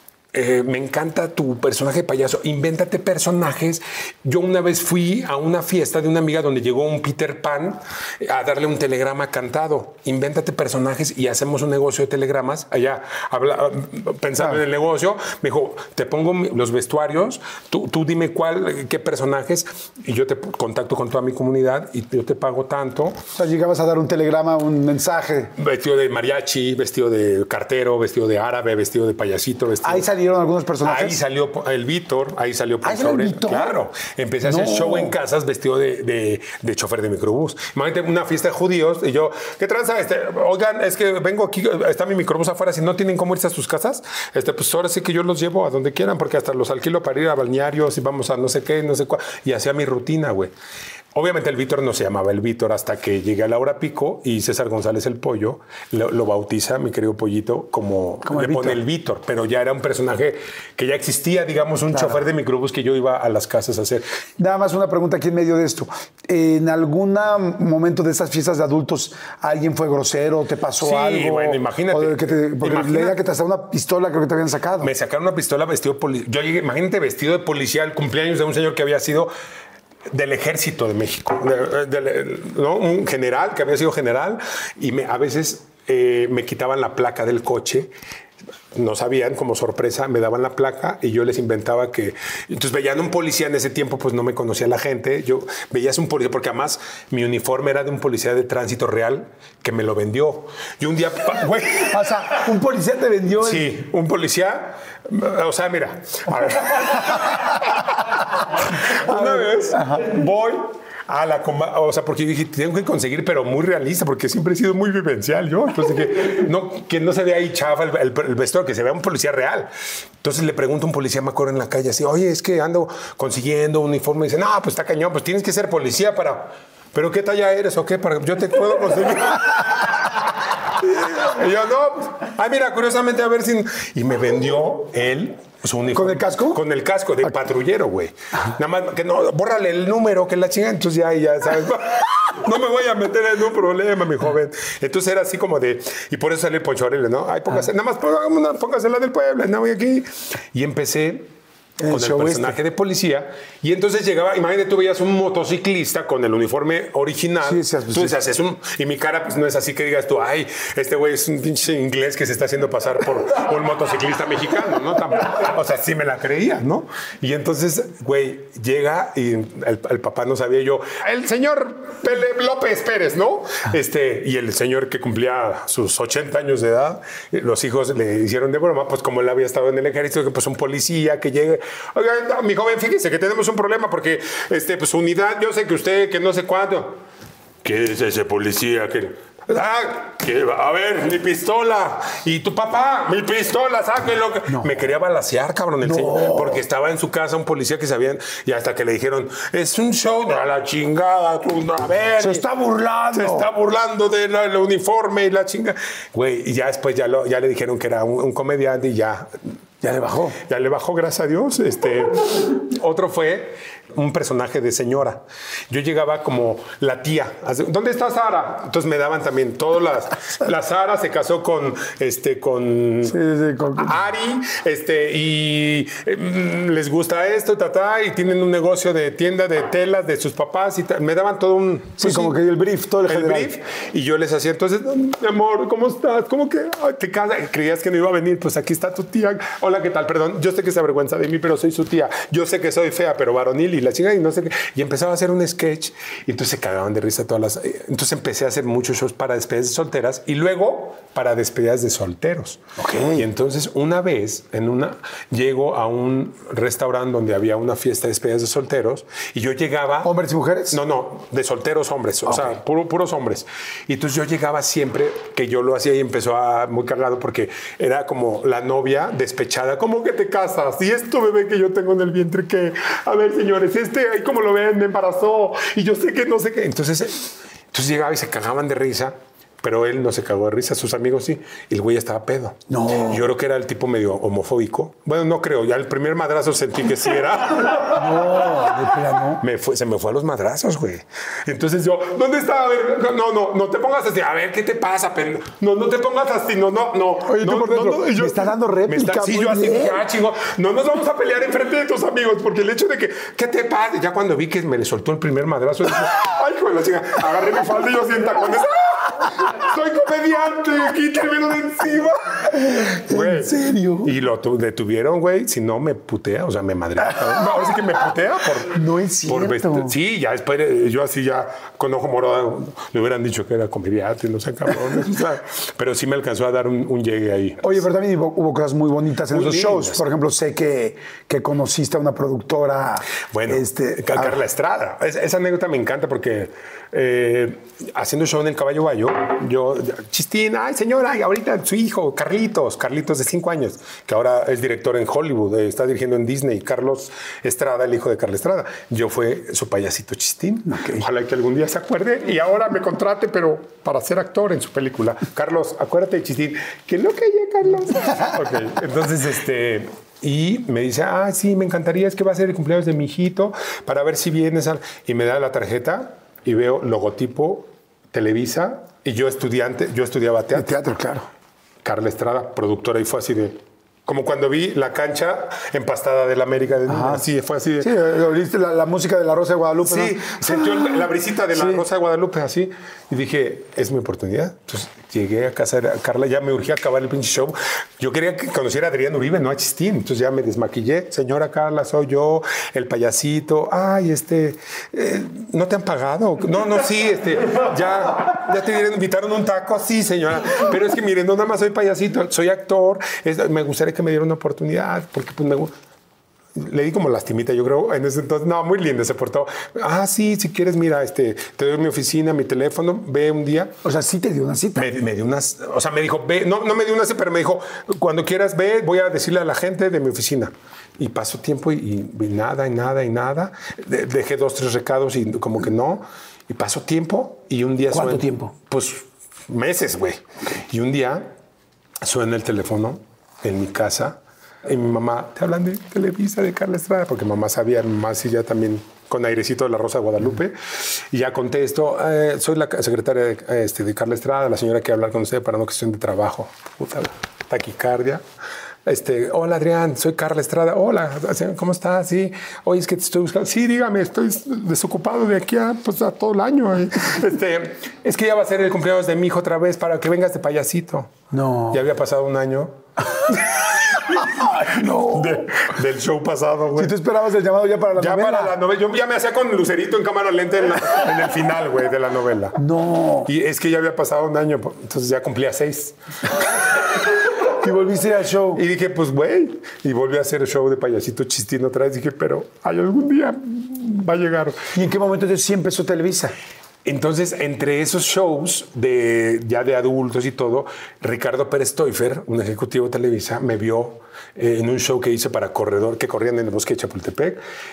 Eh, me encanta tu personaje de payaso, invéntate personajes. Yo una vez fui a una fiesta de una amiga donde llegó un Peter Pan a darle un telegrama cantado. Invéntate personajes y hacemos un negocio de telegramas. Allá habla, pensaba ah. en el negocio, me dijo, te pongo los vestuarios, tú, tú dime cuál, qué personajes y yo te contacto con toda mi comunidad y yo te pago tanto. O sea, llegabas a dar un telegrama, un mensaje. Vestido de mariachi, vestido de cartero, vestido de árabe, vestido de payasito. Vestido... Ahí salieron algunos personajes. Ahí salió el Víctor, ahí salió ¿Ah, el Víctor? Claro. Empecé a hacer no. show en casas vestido de, de, de chofer de microbús. Imagínate una fiesta de judíos y yo, ¿qué tranza? Este, oigan, es que vengo aquí, está mi microbús afuera, si no tienen cómo irse a sus casas, este, pues ahora sí que yo los llevo a donde quieran, porque hasta los alquilo para ir a balnearios y vamos a no sé qué, no sé cuál. Y hacía mi rutina, güey. Obviamente el Víctor no se llamaba el Víctor hasta que llegué a la hora pico y César González el Pollo lo, lo bautiza, mi querido Pollito, como, como le pone el Víctor, pero ya era un personaje que ya existía, digamos, un claro. chofer de microbús que yo iba a las casas a hacer. Nada más una pregunta aquí en medio de esto. ¿En algún momento de estas fiestas de adultos alguien fue grosero, te pasó sí, algo? Sí, bueno, imagínate. O que te, porque imagínate. Leía que te hasta una pistola creo que te habían sacado. Me sacaron una pistola vestido de policía. Yo llegué, imagínate, vestido de policía al cumpleaños de un señor que había sido del Ejército de México, de, de, de, ¿no? Un general que había sido general y me, a veces eh, me quitaban la placa del coche. No sabían, como sorpresa, me daban la placa y yo les inventaba que... Entonces veían un policía en ese tiempo, pues no me conocía la gente. Yo veías un policía, porque además mi uniforme era de un policía de tránsito real que me lo vendió. Y un día... Güey, o sea, un policía te vendió... El... Sí, un policía... O sea, mira, a ver. Una vez voy... a la o sea, porque yo dije, tengo que conseguir, pero muy realista, porque siempre he sido muy vivencial yo. Entonces, que no, que no se vea ahí chafa el, el, el vestuario, que se vea un policía real. Entonces le pregunto a un policía, me acuerdo en la calle, así, oye, es que ando consiguiendo un uniforme. Y dice, no, pues está cañón, pues tienes que ser policía para... ¿Pero qué talla eres o qué? Para yo te puedo conseguir. Y yo, no, ay, mira, curiosamente, a ver si... Y me vendió él su uniforme. ¿Con el casco? Con el casco de patrullero, güey. Nada más, que no, bórrale el número, que la chinga, entonces ya, ya, ¿sabes? No me voy a meter en un problema, mi joven. Entonces era así como de... Y por eso salió el Poncho Aurelio, ¿no? Ay, póngase, ah. nada más póngase la del pueblo, no voy aquí. Y empecé... con el, el personaje este. de policía, y entonces llegaba, imagínate, tú veías un motociclista con el uniforme original, sí, sí, tú decías, es un, y mi cara pues no es así que digas tú, ay, este güey es un pinche inglés que se está haciendo pasar por un motociclista mexicano, ¿no? O sea, sí me la creía, ¿no? Y entonces, güey, llega y el, el papá no sabía, yo, el señor Pele López Pérez, ¿no? Este, y el señor que cumplía sus ochenta años de edad, los hijos le hicieron de broma, pues como él había estado en el ejército, que pues un policía que llegue. Oiga, mi joven, fíjese que tenemos un problema porque este, pues, unidad, yo sé que usted, que no sé cuánto. ¿Qué es ese policía? Que, ah, que, a ver, mi pistola. Y tu papá, mi pistola, sáquenlo. No. Me quería balacear, cabrón, el no. señor, porque estaba en su casa un policía que sabían, y hasta que le dijeron, es un show de la chingada, tú, a ver. Se está burlando. Se está burlando del de uniforme y la chingada. Güey, y ya después ya, lo, ya le dijeron que era un, un comediante y ya... Ya le bajó. Ya le bajó, gracias a Dios. Este, otro fue un personaje de señora. Yo llegaba como la tía. ¿Dónde está Sara? Entonces me daban también todas las... La Sara se casó con, este, con, sí, sí, con Ari, este, y eh, les gusta esto, tata, y tienen un negocio de tienda de telas de sus papás. Y me daban todo un... Sí, pues, como sí, que el brief, todo el, el general. brief. Y yo les hacía, entonces, mi amor, ¿cómo estás? ¿Cómo que ay, te casas? ¿Creías que no iba a venir? Pues aquí está tu tía. Hola, ¿qué tal? Perdón, yo sé que se avergüenza de mí, pero soy su tía. Yo sé que soy fea, pero varonil y la chica y no sé qué. Y empezaba a hacer un sketch y entonces se cagaban de risa todas las... Entonces empecé a hacer muchos shows para despedidas de solteras y luego para despedidas de solteros. Okay. Y entonces una vez en una llego a un restaurante donde había una fiesta de despedidas de solteros y yo llegaba... ¿Hombres y mujeres? No, no, de solteros hombres, o okay. sea, puro, puros hombres. Y entonces yo llegaba siempre, que yo lo hacía y empezó a muy cargado porque era como la novia despechada. ¿Cómo que te casas? Y esto bebé que yo tengo en el vientre que, a ver señores, este ahí como lo ven, me embarazó y yo sé que no sé qué. Entonces, entonces llegaba y se cagaban de risa. Pero él no se cagó de risa, sus amigos sí. Y el güey estaba pedo. No. Yo creo que era el tipo medio homofóbico. Bueno, no creo. Ya el primer madrazo sentí que sí era. No, de plano. Me fue, se me fue a los madrazos, güey. Entonces yo, ¿dónde está? A ver, no, no, no te pongas así. A ver, ¿qué te pasa? Pen? No, no te pongas así. No, no, no. Oye, no, tú por dentro, no, no. Yo, me está dando réplica. Me está, sí, yo así, ah, chingo. No nos vamos a pelear enfrente de tus amigos porque el hecho de que, ¿qué te pasa? Ya cuando vi que me le soltó el primer madrazo, dije, ay, hijo de la chica, agarré mi falda y yo así en tacones. Soy comediante, quítamelo de encima. Güey. ¿En serio? Y lo detuvieron, güey. Si no, me putea, o sea, me madrea. No, ahora sí que me putea por... No es cierto. Por sí, ya después, yo así ya con ojo morado le hubieran dicho que era comediante, no sé, cabrones. O sea, pero sí me alcanzó a dar un, un llegue ahí. Oye, pero también hubo, hubo cosas muy bonitas en muy esos lindas. shows. Por ejemplo, sé que, que conociste a una productora. Bueno, este, Carla a... Estrada. Es, esa anécdota me encanta porque eh, haciendo show en el Caballo Bayo, yo, Chistín, ay señora, ay, ahorita su hijo, Carlitos, Carlitos de cinco años, que ahora es director en Hollywood, eh, está dirigiendo en Disney, Carlos Estrada, el hijo de Carla Estrada. Yo fue su payasito Chistín. Okay. Ojalá que algún día se acuerde y ahora me contrate, pero para ser actor en su película. Carlos, acuérdate de Chistín. Que lo que haya, Carlos. Ok, entonces, este... Y me dice, ah, sí, me encantaría, es que va a ser el cumpleaños de mi hijito, para ver si vienes. Al... Y me da la tarjeta y veo logotipo Televisa, y yo estudiante, yo estudiaba teatro. El teatro, claro. Carla Estrada, productora, y fue así de... Como cuando vi la cancha empastada del América de Niño. Así fue así de... Sí, oíste la, la música de La Rosa de Guadalupe. Sí, ¿no? sentí la brisita de La sí. Rosa de Guadalupe, así. Y dije, es mi oportunidad. Entonces llegué a casa de Carla, ya me urgía acabar el pinche show. Yo quería que conociera a Adrián Uribe, no a Chistín. Entonces ya me desmaquillé. Señora Carla, soy yo, el payasito. Ay, este, eh, ¿no te han pagado? No, no, sí, este, ya, ya te invitaron un taco. Sí, señora. Pero es que miren, no nada más soy payasito, soy actor. Es, me gustaría que me diera una oportunidad, porque pues me gusta. Le di como lastimita, yo creo, en ese entonces. No, muy lindo, se portó. Ah, sí, si quieres, mira, este, te doy mi oficina, mi teléfono, ve un día. O sea, sí te dio una cita. Me, me dio unas, o sea, me dijo, ve, no, no me dio una cita, pero me dijo, cuando quieras, ve, voy a decirle a la gente de mi oficina. Y pasó tiempo y, y nada, y nada, y nada. De, dejé dos, tres recados y como que no. Y pasó tiempo y un día... ¿Cuánto suena, tiempo? Pues meses, güey. Y un día suena el teléfono en mi casa. Y mi mamá, te hablan de Televisa, de Carla Estrada, porque mamá sabía, mamá sí ya también con airecito de La Rosa de Guadalupe. Mm. Y ya contesto, eh, soy la secretaria de, este, de Carla Estrada, la señora que hablar con usted para una cuestión de trabajo. Puta, taquicardia. Este, hola Adrián, soy Carla Estrada. Hola, ¿cómo estás? Sí. Oye, es que te estoy buscando. Sí, dígame, estoy desocupado de aquí a, pues, a todo el año. Este, es que ya va a ser el cumpleaños de mi hijo otra vez para que vengas de payasito. No. Ya había pasado un año. No. De, del show pasado, güey. Si tú esperabas el llamado ya para la ya novela. Ya para la novela. Yo ya me hacía con lucerito en cámara lenta en, la, en el final, güey, de la novela. No. Y es que ya había pasado un año, entonces ya cumplía seis. Y volviste al show. Y dije, pues, güey. Y volví a hacer el show de Payasito Chistín otra vez. Dije, pero hay algún día va a llegar. ¿Y en qué momento entonces sí empezó Televisa? Entonces, entre esos shows de, ya de adultos y todo, Ricardo Pérez Toifer, un ejecutivo de Televisa, me vio eh, en un show que hice para Corredor, que corrían en el bosque de Chapultepec.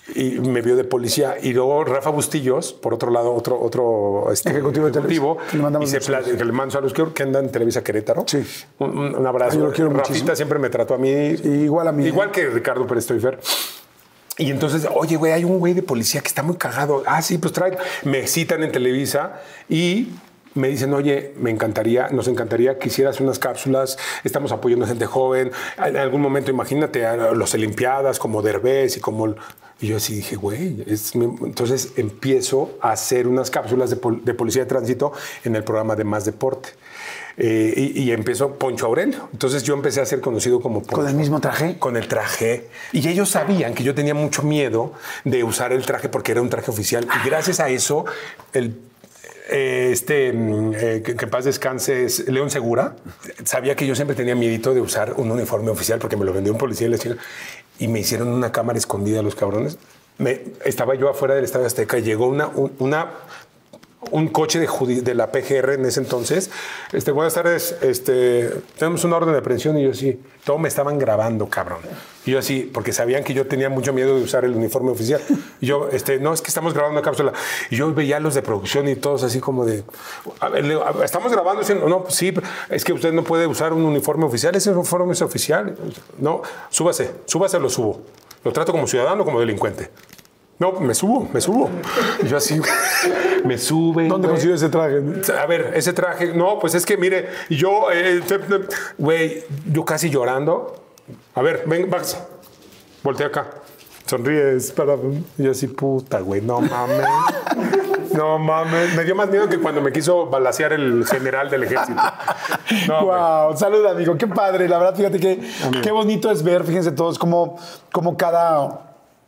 y me vio de policía. Y luego Rafa Bustillos, por otro lado, otro, otro este, ejecutivo, ejecutivo que le mandamos y se pla- que le mando saludos, creo que anda en Televisa Querétaro. Sí. Un, un, un abrazo. Yo lo quiero Rafita muchísimo. siempre me trató a mí. Igual a mí. Igual que Ricardo Pérez Toifer. Y entonces, oye, güey, hay un güey de policía que está muy cagado. Ah, sí, pues trae. Me citan en Televisa y me dicen, oye, me encantaría, nos encantaría que hicieras unas cápsulas. Estamos apoyando a gente joven. En algún momento, imagínate a los Olimpiadas como Derbez y como... Y yo así dije, güey, es mi... entonces empiezo a hacer unas cápsulas de, pol de policía de tránsito en el programa de Más Deporte. Eh, y, y empezó Poncho Aurelio. Entonces yo empecé a ser conocido como Poncho. ¿Con el mismo traje? Con el traje. Y ellos sabían que yo tenía mucho miedo de usar el traje porque era un traje oficial. Y gracias a eso, el, eh, este, eh, que, que en paz descanse, es León Segura, sabía que yo siempre tenía miedito de usar un uniforme oficial porque me lo vendió un policía y, les... y me hicieron una cámara escondida los cabrones. Me, estaba yo afuera del Estadio Azteca y llegó una... Un, una un coche de, de la P G R en ese entonces. Este, buenas tardes, este, tenemos una orden de aprehensión. Y yo sí, todo me estaban grabando, cabrón. Y yo así, porque sabían que yo tenía mucho miedo de usar el uniforme oficial. Y yo, este, no, es que estamos grabando una cápsula. Y yo veía a los de producción y todos así como de, a ver, le, a, estamos grabando. No, pues sí, es que usted no puede usar un uniforme oficial. Ese uniforme es oficial. No, súbase, súbase, lo subo. Lo trato como ciudadano o como delincuente. No, me subo, me subo. Y yo así, me sube. ¿Dónde consiguió ese traje? A ver, ese traje, no, pues es que mire, yo, güey, eh, yo casi llorando. A ver, ven, Max, voltea acá. Sonríes para... Y yo así, puta, güey, no mames. No mames. Me dio más miedo que cuando me quiso balacear el general del ejército. No, wow, güey. Salud, amigo, qué padre. La verdad, fíjate que qué bonito es ver, fíjense todos, cómo, cómo cada...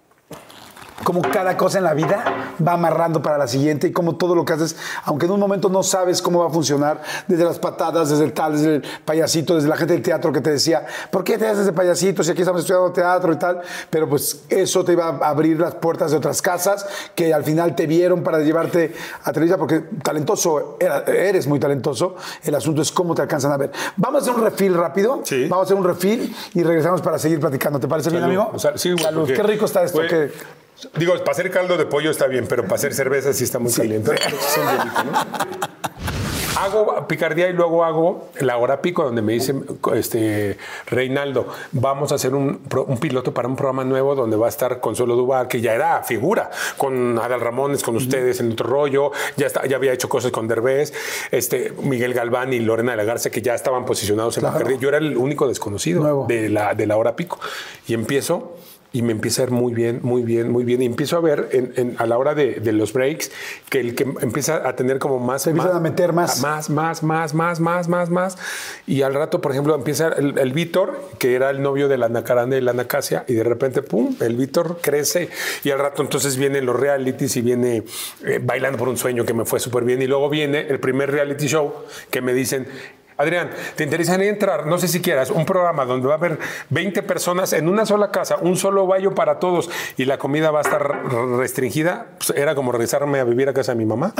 como cada cosa en la vida va amarrando para la siguiente y como todo lo que haces, aunque en un momento no sabes cómo va a funcionar, desde las patadas, desde el tal, desde el payasito, desde la gente del teatro que te decía, ¿por qué te haces de payasito si aquí estamos estudiando teatro y tal? Pero pues eso te iba a abrir las puertas de otras casas que al final te vieron para llevarte a Televisa, porque talentoso, eres muy talentoso, el asunto es cómo te alcanzan a ver. Vamos a hacer un refill rápido, sí. Vamos a hacer un refill y regresamos para seguir platicando. ¿Te parece Salud. bien, amigo? O sea, sí, güey, Salud, porque, qué rico está esto. güey, que... Digo, para hacer caldo de pollo está bien, pero para hacer cerveza sí está muy sí. caliente. Es un delito, ¿no? Hago picardía y luego hago la hora pico, donde me dice este, Reinaldo, vamos a hacer un, un piloto para un programa nuevo donde va a estar Consuelo Duval, que ya era figura, con Adal Ramones, con ustedes en otro rollo, ya, está, ya había hecho cosas con Derbez, este, Miguel Galván y Lorena de la Garza, que ya estaban posicionados en claro. picardía. Yo era el único desconocido de la, de la hora pico. Y empiezo... Y me empieza a ir muy bien, muy bien, muy bien. Y empiezo a ver en, en, a la hora de, de los breaks que el que empieza a tener como más... Se empiezan a meter más. Más, más, más, más, más, más, más. Y al rato, por ejemplo, empieza el, el Víctor, que era el novio de la Ana Caranda y la Ana Casia, y de repente, pum, el Víctor crece. Y al rato entonces vienen los realities y viene eh, Bailando por un Sueño, que me fue súper bien. Y luego viene el primer reality show que me dicen... Adrián, ¿te interesaría entrar? No sé si quieras, un programa donde va a haber veinte personas en una sola casa, un solo baño para todos y la comida va a estar restringida. Pues era como regresarme a vivir a casa de mi mamá.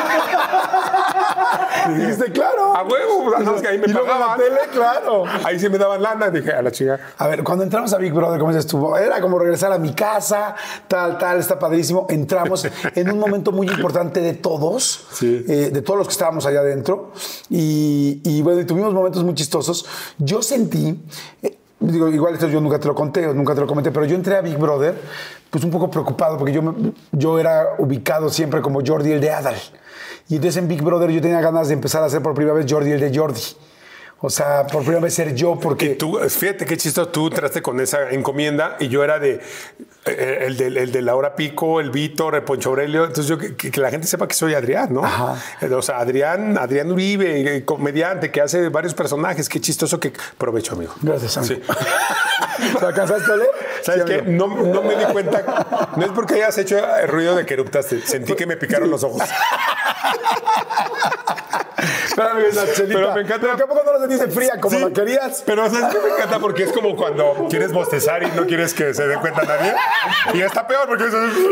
Y dijiste, claro. A huevo. No, es que ahí me y luego pagaban. la tele, claro. Ahí sí me daban lana. Dije, a la chica. A ver, cuando entramos a Big Brother, ¿cómo estuvo? Era como regresar a mi casa, tal, tal, está padrísimo. Entramos en un momento muy importante de todos, sí. eh, de todos los que estábamos allá adentro. Y, y bueno, y tuvimos momentos muy chistosos. Yo sentí... Eh, Digo, igual esto yo nunca te lo conté, nunca te lo comenté, pero yo entré a Big Brother pues un poco preocupado porque yo, me, yo era ubicado siempre como Jordi el de Adal. Y entonces en Big Brother yo tenía ganas de empezar a ser por primera vez Jordi el de Jordi. O sea, por primera vez ser yo, porque... Y tú, fíjate qué chistoso, tú entraste con esa encomienda y yo era de... El de, el de la hora pico, el Víctor, el Poncho Aurelio. Entonces yo, que, que la gente sepa que soy Adrián, ¿no? Ajá. O sea, Adrián, Adrián Uribe, comediante que hace varios personajes. Qué chistoso que... Provecho, amigo. Gracias, amigo. Sí. ¿Te alcanzaste a leer? ¿Sabes sí, qué? No, no me di cuenta. No es porque hayas hecho el ruido de que eruptaste. Sentí que me picaron sí. los ojos. Pero, pero me encanta. Pero ¿qué poco no lo sentiste fría como sí, la querías? Pero ¿sabes qué me encanta? Porque es como cuando quieres bostezar y no quieres que se dé cuenta nadie. Y está peor porque...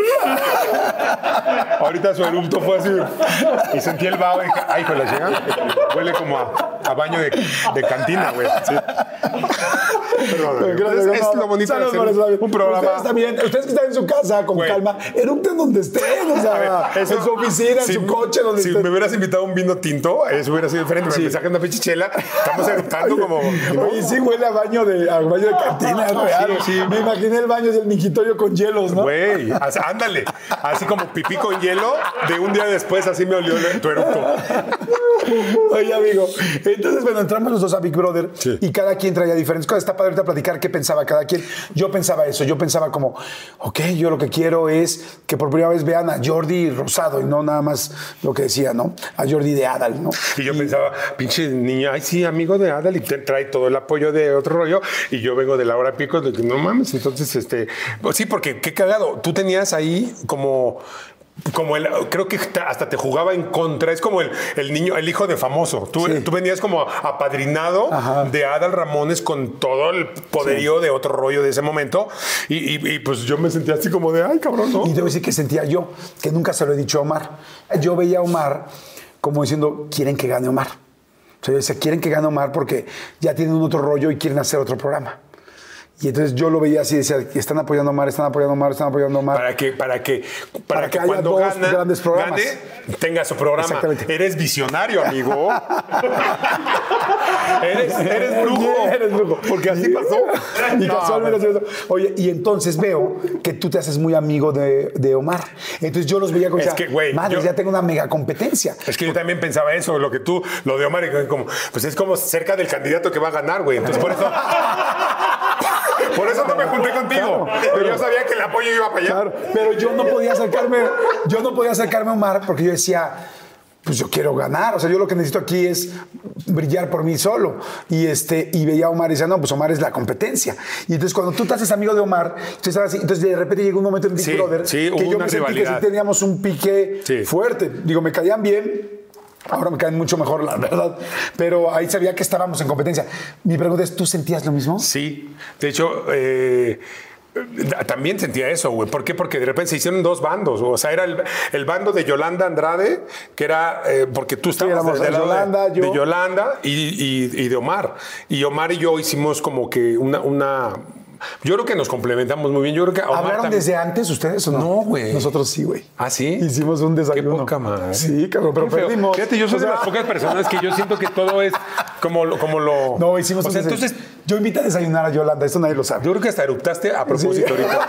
Ahorita su erupto fue así. Y sentí el vaho y dije, ay, pues la llega. Huele como a, a baño de, de cantina, güey. Sí. Perdón, es, es, es lo bonito de hacer un, un programa. Ustedes también, ustedes que están en su casa con Güey. calma, eructen donde estén, o sea, ver, eso, en su oficina, si, en su coche, donde si estén. me hubieras invitado a un vino tinto, eso hubiera sido diferente. Sí. Me sacan una pichichela, estamos eructando como... ¿no? Oye, sí huele a baño de, a baño de cantina, es real. Sí, sí. Me imaginé el baño del mingitorio con hielos, ¿no? Güey, ándale. Así como pipí con hielo, de un día después así me olió tu eructo. Oye, amigo, entonces, bueno, entramos los dos a Big Brother sí. y cada quien traía diferentes cosas. Está padre ahorita platicar qué pensaba cada quien. Yo pensaba eso, yo pensaba como, ok, yo lo que quiero es que por primera vez vean a Jordi Rosado y no nada más lo que decía, ¿no? A Jordi de Adal, ¿no? Y yo y, pensaba, pinche niña, ay, sí, amigo de Adal, y te trae todo el apoyo de otro rollo, y yo vengo de la hora pico, de que no mames, entonces, este, pues sí, porque qué cagado, tú tenías ahí como... Como el, creo que hasta te jugaba en contra. Es como el, el niño, el hijo de famoso. Tú, sí. tú venías como apadrinado Ajá. de Adal Ramones con todo el poderío sí. de otro rollo de ese momento. Y, y, y pues yo me sentía así como de, ay, cabrón, ¿no? Y debo decir que sentía yo, que nunca se lo he dicho a Omar. Yo veía a Omar como diciendo, quieren que gane Omar. O sea, yo decía, quieren que gane Omar porque ya tienen un otro rollo y quieren hacer otro programa. Y entonces yo lo veía así, decía, están apoyando a Omar, están apoyando a Omar, están apoyando a Omar. Para que, para que, para, para que, que cuando haya dos gana, grandes programas. Gane, tenga su programa. Exactamente. Eres visionario, amigo. eres, eres brujo. Eres brujo. Porque así pasó. Y no, casualmente bueno. Oye, y entonces veo que tú te haces muy amigo de, de Omar. Entonces yo los veía como, es que, güey, madre, yo, ya tengo una mega competencia. Es que yo también pensaba eso, lo que tú, lo de Omar, como, pues es como cerca del candidato que va a ganar, güey. Entonces por eso... Por eso no me junté contigo. Claro, pero yo sabía que el apoyo iba para allá. Claro, pero yo no podía acercarme, yo no podía acercarme a Omar porque yo decía, pues yo quiero ganar. O sea, yo lo que necesito aquí es brillar por mí solo. Y este, y veía a Omar y decía, no, pues Omar es la competencia. Y entonces cuando tú te haces amigo de Omar, así, entonces de repente llegó un momento en Big sí, Brother sí, que yo una me sentí rivalidad. que sí teníamos un pique sí. fuerte. Digo, me caían bien. Ahora me caen mucho mejor, la verdad. Pero ahí sabía que estábamos en competencia. Mi pregunta es, ¿tú sentías lo mismo? Sí. De hecho, eh, también sentía eso, güey. ¿Por qué? Porque de repente se hicieron dos bandos. O sea, era el, el bando de Yolanda Andrade, que era... Eh, porque tú estabas sí, de, de, Yolanda, de, yo. de Yolanda y, y, y de Omar. Y Omar y yo hicimos como que una... una Yo creo que nos complementamos muy bien. Yo creo que Omar ¿hablaron también... desde antes ustedes o no? No, güey. Nosotros sí, güey. ¿Ah, sí? Hicimos un desayuno. Qué poca madre. Sí, cabrón, pero perdimos. Fíjate, yo soy o sea... de las pocas personas que yo siento que todo es como lo... Como lo... No, hicimos o un sea, desayuno. entonces... Yo invité a desayunar a Yolanda, esto nadie lo sabe. Yo creo que hasta eruptaste a propósito sí. ahorita.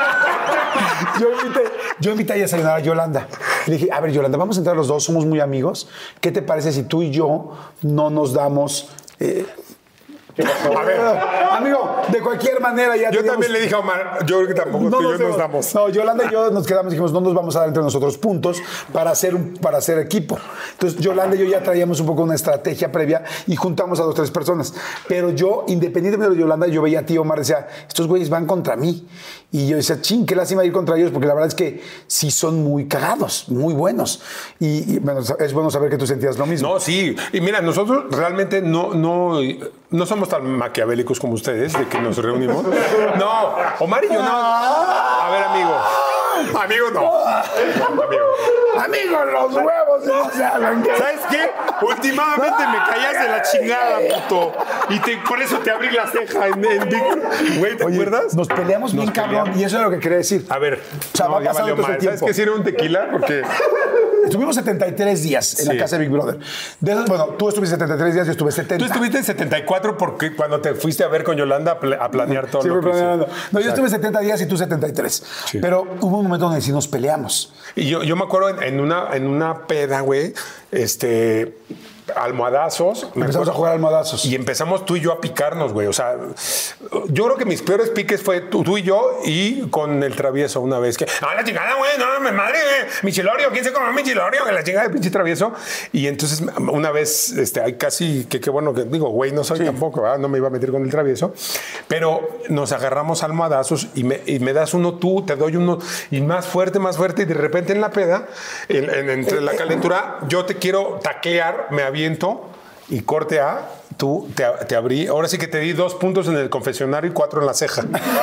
yo, invité, yo invité a desayunar a Yolanda. Le dije, a ver, Yolanda, vamos a entrar los dos, somos muy amigos. ¿Qué te parece si tú y yo no nos damos... Eh, A ver, amigo, de cualquier manera ya yo teníamos... también le dije a Omar, yo creo que tampoco no tú y yo nos, nos damos. No, Yolanda y yo nos quedamos y dijimos, no nos vamos a dar entre nosotros puntos para hacer, un, para hacer equipo. Entonces, Yolanda y yo ya traíamos un poco una estrategia previa y juntamos a dos o tres personas. Pero yo, independientemente de Yolanda, yo veía a ti, Omar, decía, estos güeyes van contra mí. Y yo decía, ching, qué lástima ir contra ellos, porque la verdad es que sí son muy cagados, muy buenos. Y, y bueno, es bueno saber que tú sentías lo mismo. No, sí. Y mira, nosotros realmente no, no, no somos tan maquiavélicos como ustedes, de que nos reunimos. No, Omar y yo no. A ver, amigo. Amigo, no. no amigo. Amigo, los huevos no se hablan. ¿Sabes qué? Últimamente me caías de la chingada, puto. Y te, por eso te abrí la ceja en, en Big. Güey, ¿te Oye, acuerdas? Nos peleamos bien, nos cabrón. peleamos. Y eso es lo que quería decir. A ver. O sea, no, va ya pasando valió todo el mal. tiempo. ¿Sabes qué? Si era un tequila, porque... Estuvimos setenta y tres días en sí. la casa de Big Brother. De esos, bueno, tú estuviste setenta y tres días, yo estuve setenta. Tú estuviste en setenta y cuatro porque cuando te fuiste a ver con Yolanda a, pl- a planear todo sí, lo que planeando. No, yo estuve setenta días y tú setenta y tres. Sí. Pero hubo un momento donde sí nos peleamos. Y yo, yo me acuerdo en, en, una, en una peda, güey, este... almohadazos. Empezamos a jugar almohadazos. Y empezamos tú y yo a picarnos, güey. O sea, yo creo que mis peores piques fue tú, tú y yo y con el travieso una vez que, ah, la chingada, güey, no, me madre, mi chilorio, ¿quién se comió mi chilorio? Que la chingada de pinche travieso. Y entonces una vez, este, hay casi, que qué bueno que digo, güey, no soy sí. tampoco, ¿verdad? No me iba a meter con el travieso. Pero nos agarramos almohadazos y me, y me das uno tú, te doy uno y más fuerte, más fuerte. Y de repente en la peda, en, en, entre la calentura, yo te quiero taclear, me viento y corte A, tú te, te abrí. Ahora sí que te di dos puntos en el confesionario y cuatro en la ceja.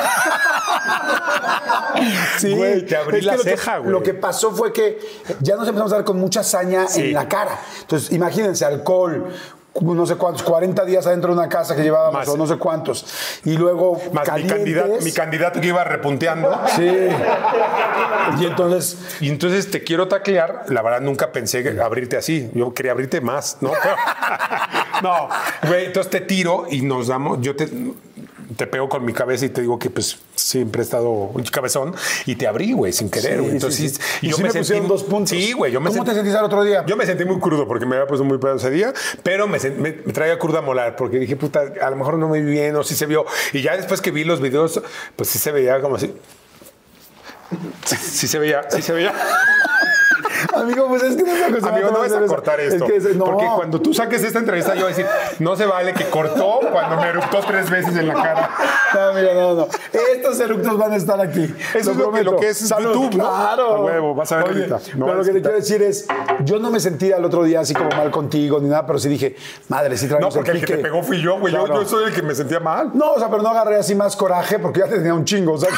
Sí, güey, te abrí la ceja, güey. Lo que pasó fue que ya nos empezamos a dar con mucha saña sí. en la cara. Entonces, imagínense, alcohol, no sé cuántos, cuarenta días adentro de una casa que llevábamos, Más. o no sé cuántos. Y luego Más mi candidato, mi candidato que iba repunteando. Sí. Y entonces... Y entonces te quiero taclear. La verdad, nunca pensé que abrirte así. Yo quería abrirte más, ¿no? No, güey, entonces te tiro y nos damos... Yo te... te pego con mi cabeza y te digo que pues siempre he estado un cabezón y te abrí, güey, sin querer, güey. Sí, Entonces, sí, sí. y yo sí me, me sentí pusieron dos puntos. Sí, güey, yo me ¿Cómo sentí, te sentiste el otro día? Yo me sentí muy crudo porque me había puesto muy pedo ese día, pero me, me, me traía cruda molar porque dije, puta, a lo mejor no me vi bien o sí se vio. Y ya después que vi los videos, pues sí se veía como así. Sí, sí se veía, sí se veía. Amigo, pues es que no me Amigo, no vas a cortar esto. Es que, no. Porque cuando tú saques esta entrevista, yo voy a decir, no se vale que cortó cuando me eruptó tres veces en la cara. No, mira, no, no. Estos eructos van a estar aquí. Eso es lo que, lo que es Salud, YouTube, ¿no? Claro. A huevo, vas a ver Oye, ahorita. No pero lo que a te quiero decir es, yo no me sentí al otro día así como mal contigo ni nada, pero sí dije, madre, sí No, traemos porque el pique. que te pegó fui yo, güey. Claro. Yo, yo soy el que me sentía mal. No, o sea, pero no agarré así más coraje porque ya tenía un chingo, o sea.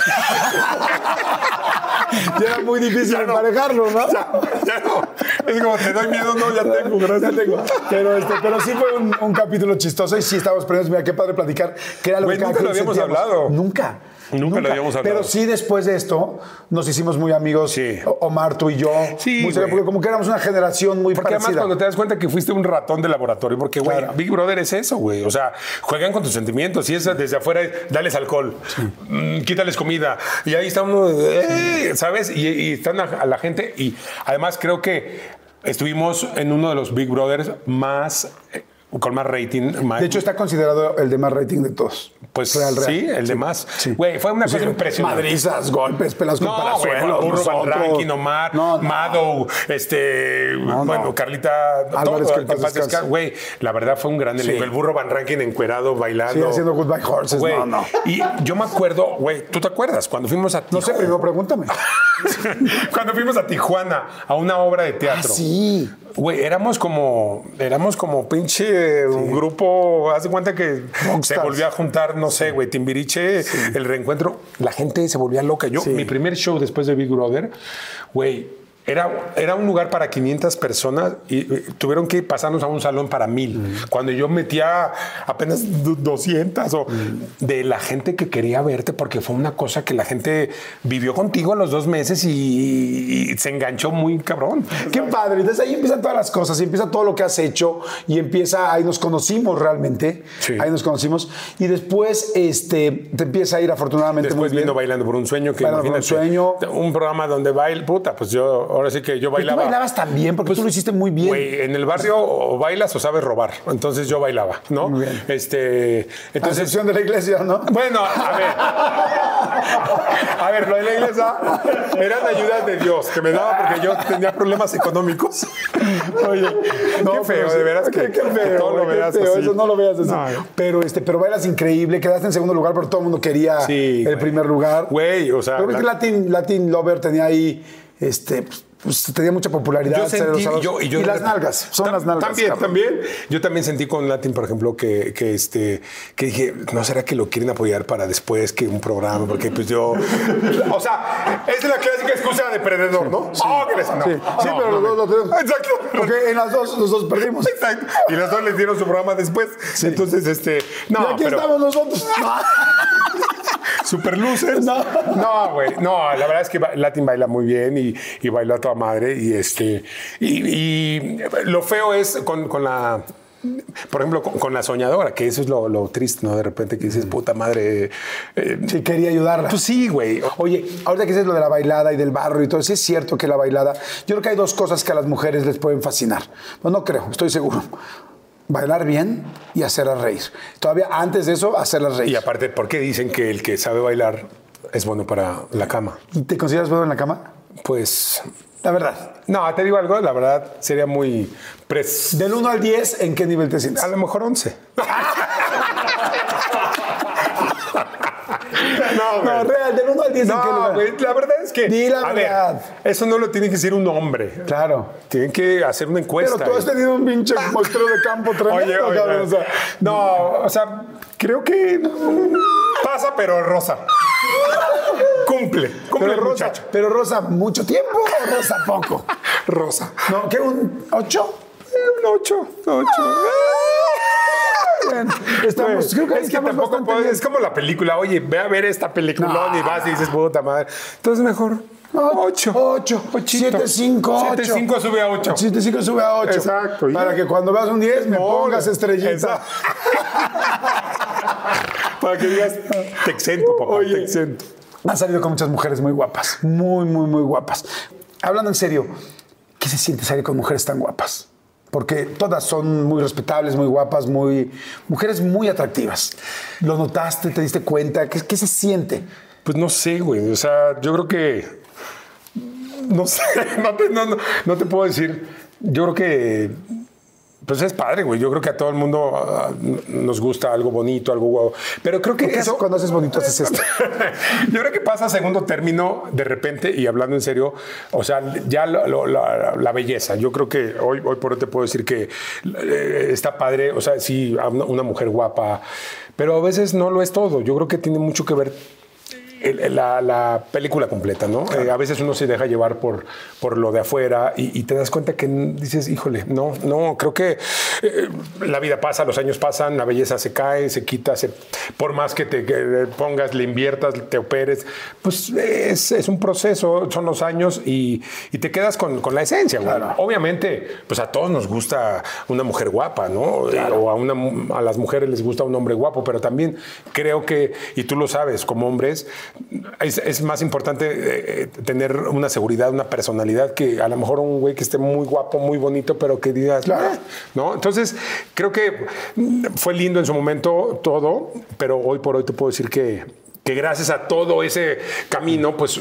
Ya era muy difícil Ya no. emparejarlo, ¿no? Ya, ya no. Es como, te doy miedo, no, ya tengo, gracias. Ya tengo. Pero, este, pero sí fue un, un capítulo chistoso y sí estábamos prendidos. Mira, qué padre platicar. Que era lo Güey, que cada nunca lo quien habíamos sentíamos. hablado. Nunca. Nunca lo habíamos hablado. Pero sí, después de esto, nos hicimos muy amigos. Sí. Omar, tú y yo. Sí, Muy serio, güey. porque como que éramos una generación muy Porque parecida. además cuando te das cuenta que fuiste un ratón de laboratorio, porque, güey, Claro. Big Brother es eso, güey. O sea, juegan con tus sentimientos. Y es desde afuera, dales alcohol, mm, quítales comida. Y ahí está uno, eh, ¿sabes? Y, y están a, a la gente. Y además creo que estuvimos en uno de los Big Brothers más... eh, con más rating. Más, De hecho, está considerado el de más rating de todos. pues Real, real. sí, el de Sí. más. Sí. Güey, fue una Sí, cosa impresionante. Madrizas, golpes, pelas con No, güey, palazuelos. Burro Van nosotros. Rankin, Omar, No, no. Madow, este, no. bueno, Carlita, Álvarez, todo, que en paz en paz descanse. descanse. Güey, la verdad fue un gran elenco. El Burro Van Rankin encuerado, bailando. Sí, haciendo Goodbye Horses. Güey, No, no. Y yo me acuerdo, güey, ¿tú te acuerdas? Cuando fuimos a No sé, Tijuana. primero pregúntame. Cuando fuimos a Tijuana a una obra de teatro. Ah, sí. Güey, éramos como, éramos como pinche un grupo, haz de cuenta que Rockstars. se volvió a juntar, no sé, güey, Timbiriche, el reencuentro, la gente se volvía loca. Yo, Sí. mi primer show después de Big Brother, güey, era, era un lugar para quinientas personas y, y tuvieron que pasarnos a un salón para mil. Mm. Cuando yo metía apenas du- doscientas o Mm. de la gente que quería verte, porque fue una cosa que la gente vivió contigo a los dos meses y, y se enganchó muy cabrón. Qué padre. Entonces ahí empiezan todas las cosas, y empieza todo lo que has hecho y empieza, ahí nos conocimos realmente. Sí. Ahí nos conocimos. Y después este, te empieza a ir afortunadamente Después muy bien. vino Bailando por un Sueño, que Bailando por un imagínate, Sueño. un programa donde baila, puta, pues yo, ahora sí que yo Pero tú bailaba. bailabas también, porque Pues, tú lo hiciste muy bien. Güey, en el barrio o bailas o sabes robar. Entonces yo bailaba, ¿no? Muy bien. Este, A entonces, excepción de la iglesia, ¿no? bueno, a ver. A ver, lo de la iglesia eran ayudas de Dios que me daba porque yo tenía problemas económicos. Oye, No, qué pero feo, sí, de veras que, qué, qué que feo, todo lo qué veas feo, así. eso no lo veas así. No. Pero, este, pero bailas increíble, quedaste en segundo lugar, pero todo el mundo quería Sí, el güey. primer lugar. Güey, o sea, Pero ves que la- Latin, Latin Lover tenía ahí, este, pues, tenía mucha popularidad. Yo sentí, Cerebros yo, y, yo, y las nalgas, son Tam- las nalgas. También, cabrón. también. Yo también sentí con Latin, por ejemplo, que, que, este, que dije, ¿no será que lo quieren apoyar para después que un programa? Porque pues yo... O sea, es la clásica excusa de perdedor, ¿no? Oh, que les- no, Sí, no, sí, pero no, los dos lo tenemos. Exacto. Porque en las dos, los dos perdimos. Exacto. Y los dos les dieron su programa después. Entonces, este... No, y aquí pero... estamos nosotros. Super luces. No, no, güey. No, la verdad es que ba- Latin baila muy bien y, y bailó a toda madre. Y este. Y, y lo feo es con, con la. Por ejemplo, con, con la soñadora, que eso es lo, lo triste, ¿no? De repente que dices, puta madre. eh, Sí, quería ayudarla. pues sí, güey. Oye, ahorita que dices lo de la bailada y del barro y todo, sí es cierto que la bailada, yo creo que hay dos cosas que a las mujeres les pueden fascinar. Pues no creo, estoy seguro. Bailar bien y hacerlas reír. Todavía antes de eso, hacerlas reír. Y aparte, ¿por qué dicen que el que sabe bailar es bueno para la cama? ¿Y te consideras bueno en la cama? Pues. La verdad. No, te digo algo, la verdad sería muy. Pres... Del uno al diez, ¿en qué nivel te sientes? A lo mejor once. No, no, real, del uno al diez, ¿en qué No, lugar? güey, la verdad es que. Di la a verdad. ver, eso no lo tiene que decir un hombre. Claro. Tienen que hacer una encuesta. Pero tú has tenido un pinche muestreo de campo tremendo, Oye, oye, cabrón. O sea, no, o sea, creo que pasa, pero rosa. Cumple, cumple pero el Rosa, muchacho. pero Rosa, ¿mucho tiempo o Rosa poco? Rosa. ¿No? ¿Qué? ¿Un ocho? Un ocho, ocho. bueno, estamos, Güey, creo que es que estamos tampoco bastante puedes, bien. es como la película, oye, ve a ver esta película No. y vas y dices, puta madre. Entonces mejor, ocho. ocho. siete, cinco, ocho. siete, cinco sube a ocho. siete, cinco sube a ocho. Exacto. Para que cuando veas un diez me Hola. pongas estrellita. Exacto. Para que digas, te exento, papá, Oye. te exento. Has salido con muchas mujeres muy guapas, muy, muy, muy guapas. Hablando en serio, ¿qué se siente salir con mujeres tan guapas? Porque todas son muy respetables, muy guapas, muy mujeres muy atractivas. ¿Lo notaste? ¿Te diste cuenta? ¿Qué, qué se siente? Pues no sé, güey. O sea, yo creo que. No sé, no te, no, no, no te puedo decir. Yo creo que. Pues es padre, güey. Yo creo que a todo el mundo uh, nos gusta algo bonito, algo guau. Pero creo que Porque eso. cuando haces bonito haces esto. Yo creo que pasa a segundo término de repente, y hablando en serio, o sea, ya lo, lo, la, la belleza. Yo creo que hoy, hoy por hoy te puedo decir que eh, está padre, o sea, sí, una, una mujer guapa, pero a veces no lo es todo. Yo creo que tiene mucho que ver el, la, la película completa, ¿no? Claro. Eh, a veces uno se deja llevar por, por lo de afuera y, y te das cuenta que dices, híjole, no, no, creo que eh, la vida pasa, los años pasan, la belleza se cae, se quita, se, por más que te que pongas, le inviertas, te operes, pues es, es un proceso, son los años y, y te quedas con, con la esencia, güey. Claro. Obviamente, pues a todos nos gusta una mujer guapa, ¿no? Claro. O a, una, a las mujeres les gusta un hombre guapo, pero también creo que, y tú lo sabes, como hombres, Es, es más importante eh, tener una seguridad, una personalidad que a lo mejor un güey que esté muy guapo, muy bonito, pero que digas, claro. ¿no? Entonces, creo que fue lindo en su momento todo, pero hoy por hoy te puedo decir que, que gracias a todo ese camino, pues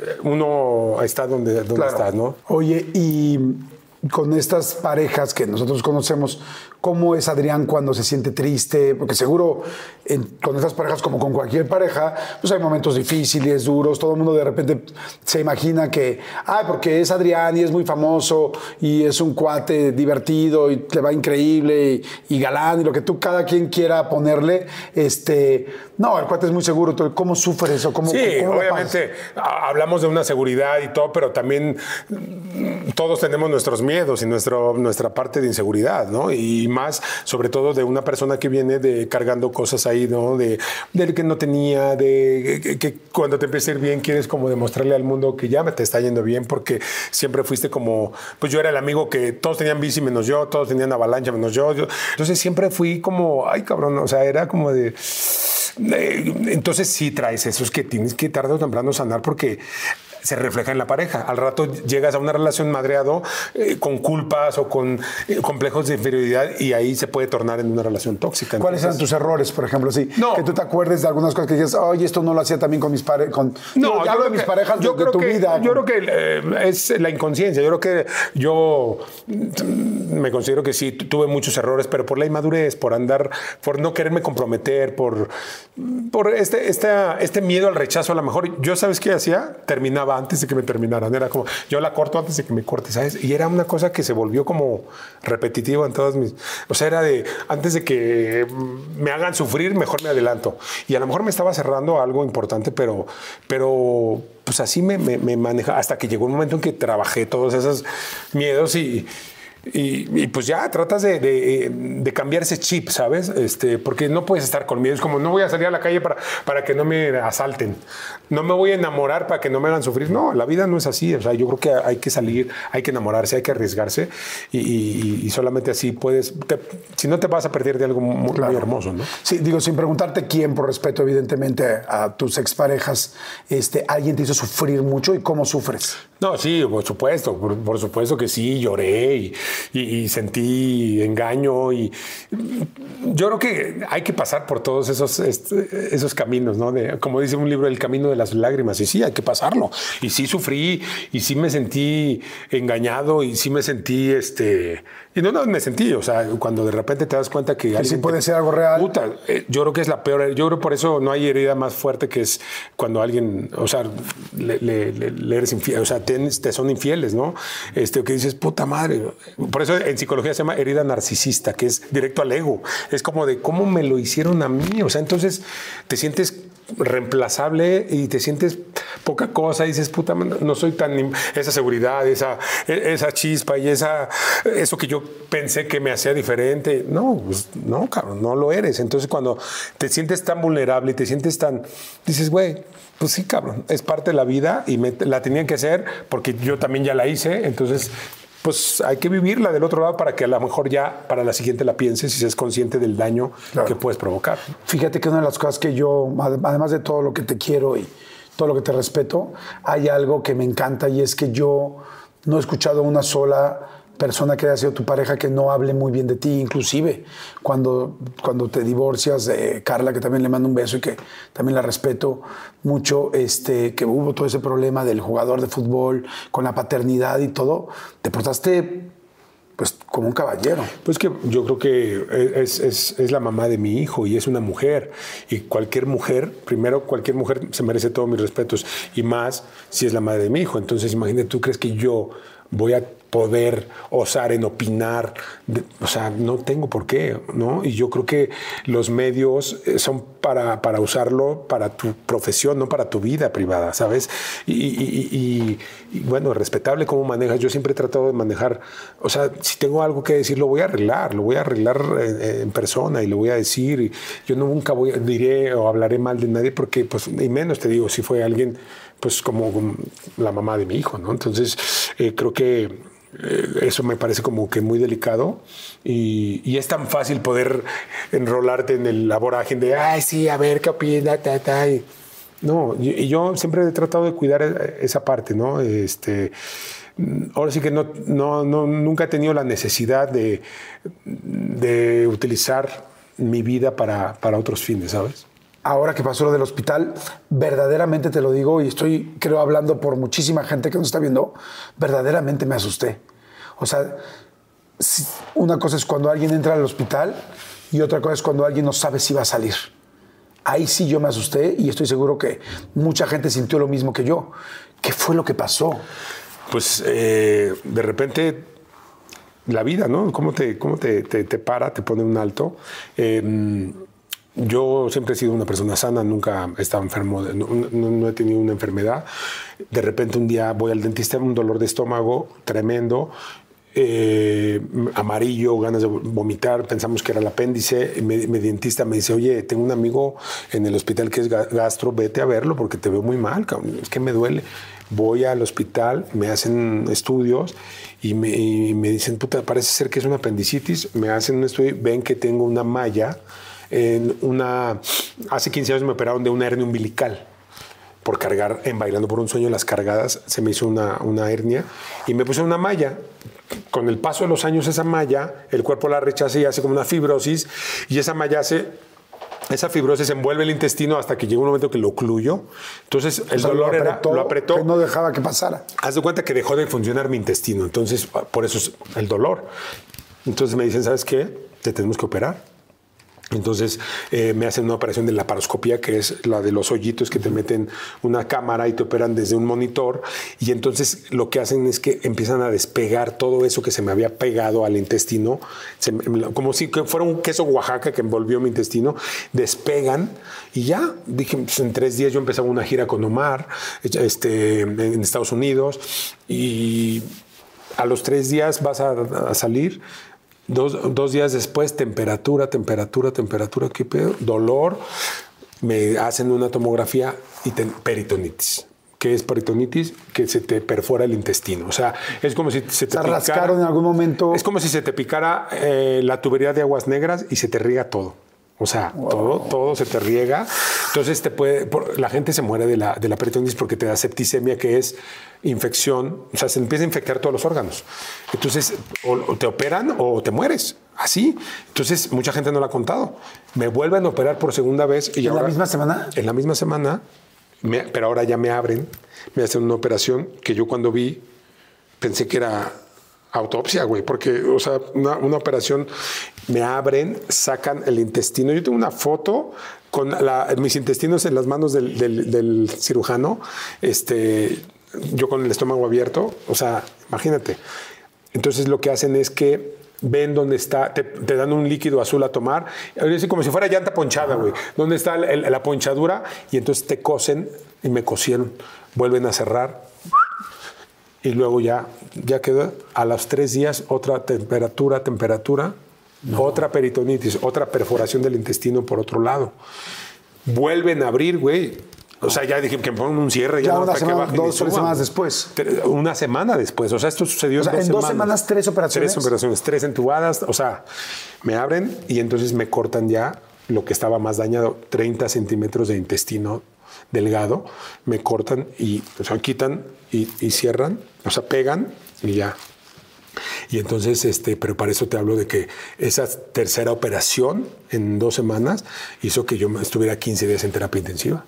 uno está donde, donde claro. está, ¿no? Oye, y con estas parejas que nosotros conocemos, ¿cómo es Adrián cuando se siente triste? Porque seguro en, con estas parejas, como con cualquier pareja, pues hay momentos difíciles, duros. Todo el mundo de repente se imagina que, ah, porque es Adrián y es muy famoso y es un cuate divertido y le va increíble y, y galán y lo que tú cada quien quiera ponerle. Este, no, el cuate es muy seguro. ¿Cómo sufres o cómo? Sí, cómo obviamente hablamos de una seguridad y todo, pero también todos tenemos nuestros miedos y nuestro, nuestra parte de inseguridad, ¿no? Y más, sobre todo, de una persona que viene de cargando cosas ahí, ¿no? De, de que no tenía, de que, que cuando te empieza a ir bien quieres como demostrarle al mundo que ya me te está yendo bien porque siempre fuiste como, pues yo era el amigo que todos tenían bici menos yo, todos tenían avalancha menos yo. yo. Entonces siempre fui como, ay cabrón, o sea, era como de... Entonces sí traes esos que tienes que tarde o temprano sanar porque se refleja en la pareja. Al rato llegas a una relación madreado eh, con culpas o con eh, complejos de inferioridad y ahí se puede tornar en una relación tóxica. ¿Cuáles eran tus errores, por ejemplo? Sí, no. Que tú te acuerdes de algunas cosas que dices, oye, esto no lo hacía también con mis parejas. Con... No, yo hablo de mis que, parejas yo de, creo de tu que, vida. Yo con... creo que eh, es la inconsciencia. Yo creo que yo me considero que sí, tuve muchos errores, pero por la inmadurez, por andar, por no quererme comprometer, por, por este, este, este miedo al rechazo. A lo mejor yo, ¿sabes qué hacía? Terminaba antes de que me terminara. Era como, yo la corto antes de que me corte, ¿sabes? Y era una cosa que se volvió como repetitiva en todas mis... O sea, era de, antes de que me hagan sufrir, mejor me adelanto. Y a lo mejor me estaba cerrando algo importante, pero, pero pues así me, me, me maneja hasta que llegó un momento en que trabajé todos esos miedos y... Y, y pues ya tratas de, de, de cambiar ese chip, ¿sabes? Este, porque no puedes estar con miedo. Es como, no voy a salir a la calle para, para que no me asalten. No me voy a enamorar para que no me hagan sufrir. No, la vida no es así. O sea, yo creo que hay que salir, hay que enamorarse, hay que arriesgarse. Y, y, y solamente así puedes... Te, si no te vas a perder de algo muy, claro. muy hermoso, ¿no? Sí, digo, sin preguntarte quién, por respeto, evidentemente, a tus exparejas, este, ¿alguien te hizo sufrir mucho y cómo sufres? No, sí, por supuesto. Por, por supuesto que sí, lloré y... Y, y sentí engaño y yo creo que hay que pasar por todos esos, este, esos caminos, ¿no? De, como dice un libro, El camino de las lágrimas, y sí, hay que pasarlo. Y sí sufrí y sí me sentí engañado y sí me sentí, este... Y no, no me sentí, o sea, cuando de repente te das cuenta que... Que sí puede te, ser algo real. Puta, eh, yo creo que es la peor, yo creo por eso no hay herida más fuerte que es cuando alguien, o sea, le, le, le eres infiel, o sea, te, te son infieles, ¿no? Este, que dices, puta madre... Por eso en psicología se llama herida narcisista, que es directo al ego. Es como de cómo me lo hicieron a mí. O sea, entonces te sientes reemplazable y te sientes poca cosa y dices, puta, no soy tan... Esa seguridad, esa, esa chispa y esa, eso que yo pensé que me hacía diferente. No, pues, no, cabrón, no lo eres. Entonces cuando te sientes tan vulnerable y te sientes tan... Dices, güey, pues sí, cabrón, es parte de la vida y me, la tenían que hacer porque yo también ya la hice. Entonces... pues hay que vivirla del otro lado para que a lo mejor ya para la siguiente la pienses y seas consciente del daño claro. que puedes provocar. Fíjate que una de las cosas que yo, además de todo lo que te quiero y todo lo que te respeto, hay algo que me encanta y es que yo no he escuchado una sola persona que haya sido tu pareja que no hable muy bien de ti, inclusive cuando, cuando te divorcias de Carla, que también le mando un beso y que también la respeto mucho, este, que hubo todo ese problema del jugador de fútbol con la paternidad y todo, te portaste pues como un caballero. Pues que yo creo que es, es, es la mamá de mi hijo y es una mujer. Y cualquier mujer, primero cualquier mujer se merece todos mis respetos y más si es la madre de mi hijo. Entonces imagínate, ¿tú crees que yo voy a poder osar en opinar? De, o sea, no tengo por qué, ¿no? Y yo creo que los medios son para, para usarlo para tu profesión, no para tu vida privada, ¿sabes? Y, y, y, y bueno, respetable cómo manejas. Yo siempre he tratado de manejar, o sea, si tengo algo que decir, lo voy a arreglar, lo voy a arreglar en, en persona y lo voy a decir. Y yo nunca voy, diré o hablaré mal de nadie porque, pues, y menos te digo, si fue alguien, pues, como, como la mamá de mi hijo, ¿no? Entonces, eh, creo que eso me parece como que muy delicado y, y es tan fácil poder enrolarte en el vorágine de ay, sí, a ver qué opina, ta, ta. Y, no, y, y yo siempre he tratado de cuidar esa parte, ¿no? Este, ahora sí que no, no, no, nunca he tenido la necesidad de, de utilizar mi vida para, para otros fines, ¿sabes? Ahora que pasó lo del hospital, verdaderamente te lo digo y estoy, creo, hablando por muchísima gente que nos está viendo, verdaderamente me asusté. O sea, una cosa es cuando alguien entra al hospital y otra cosa es cuando alguien no sabe si va a salir. Ahí sí yo me asusté y estoy seguro que mucha gente sintió lo mismo que yo. ¿Qué fue lo que pasó? Pues eh, de repente la vida, ¿no? ¿Cómo te, cómo te, te, te para, te pone un alto? Eh, Yo siempre he sido una persona sana, nunca he estado enfermo, no, no, no he tenido una enfermedad. De repente un día voy al dentista, un dolor de estómago tremendo, eh, amarillo, ganas de vomitar, pensamos que era el apéndice. Mi, mi dentista me dice, oye, tengo un amigo en el hospital que es gastro, vete a verlo porque te veo muy mal, cabrón. Es que me duele. Voy al hospital, me hacen estudios y me, y me dicen, puta, parece ser que es una apendicitis. Me hacen un estudio, ven que tengo una malla. En una, hace quince años me operaron de una hernia umbilical por cargar en Bailando por un Sueño, las cargadas, se me hizo una, una hernia y me puse una malla. Con el paso de los años esa malla, el cuerpo la rechaza y hace como una fibrosis y esa malla hace, esa fibrosis envuelve el intestino hasta que llega un momento que lo ocluyo. Entonces el o sea, dolor lo apretó, era, lo apretó. Que no dejaba que pasara. Haz de cuenta que dejó de funcionar mi intestino, entonces por eso es el dolor. Entonces me dicen, ¿sabes qué? Te tenemos que operar. Entonces eh, me hacen una operación de laparoscopía, que es la de los hoyitos que te meten una cámara y te operan desde un monitor. Y entonces lo que hacen es que empiezan a despegar todo eso que se me había pegado al intestino, se, como si fuera un queso Oaxaca que envolvió mi intestino. Despegan y ya, dije, pues en tres días yo empezaba una gira con Omar este, en Estados Unidos y a los tres días vas a, a salir. Dos, dos días después, temperatura, temperatura, temperatura, ¿qué pedo? Dolor, me hacen una tomografía y ten, peritonitis. ¿Qué es peritonitis? Que se te perfora el intestino. O sea, es como si se te ¿Se picara, rascaron en algún momento? Es como si se te picara eh, la tubería de aguas negras y se te riega todo. O sea, wow. todo, todo se te riega. Entonces te puede, por, la gente se muere de la, de la peritonitis porque te da septicemia, que es infección. O sea, se empieza a infectar todos los órganos. Entonces, o, o te operan o te mueres. Así. Entonces, mucha gente no lo ha contado. Me vuelven a operar por segunda vez. Y ¿En ahora, la misma semana? En la misma semana. Me, pero ahora ya me abren. Me hacen una operación que yo cuando vi pensé que era autopsia, güey, porque, o sea, una, una operación, me abren, sacan el intestino. Yo tengo una foto con la, mis intestinos en las manos del, del, del cirujano, este, yo con el estómago abierto, o sea, imagínate. Entonces lo que hacen es que ven dónde está, te, te dan un líquido azul a tomar, es como si fuera llanta ponchada, güey. Dónde está el, el, la ponchadura y entonces te cosen y me cosieron. Vuelven a cerrar y luego ya, ya quedó. A los tres días otra temperatura, temperatura, no. Otra peritonitis, otra perforación del intestino por otro lado. Vuelven a abrir, güey. O sea, ya dije que me ponen un cierre. Ya, ya no, una hasta semana, que dos, tres semanas después. Una semana después. O sea, esto sucedió o sea, en dos en dos semanas. semanas, tres operaciones. Tres operaciones, tres entubadas. O sea, me abren y entonces me cortan ya lo que estaba más dañado, treinta centímetros de intestino delgado. Me cortan y, o sea, quitan y, y cierran. O sea, pegan y ya. Y entonces, este, pero para eso te hablo de que esa tercera operación en dos semanas hizo que yo estuviera quince días en terapia intensiva.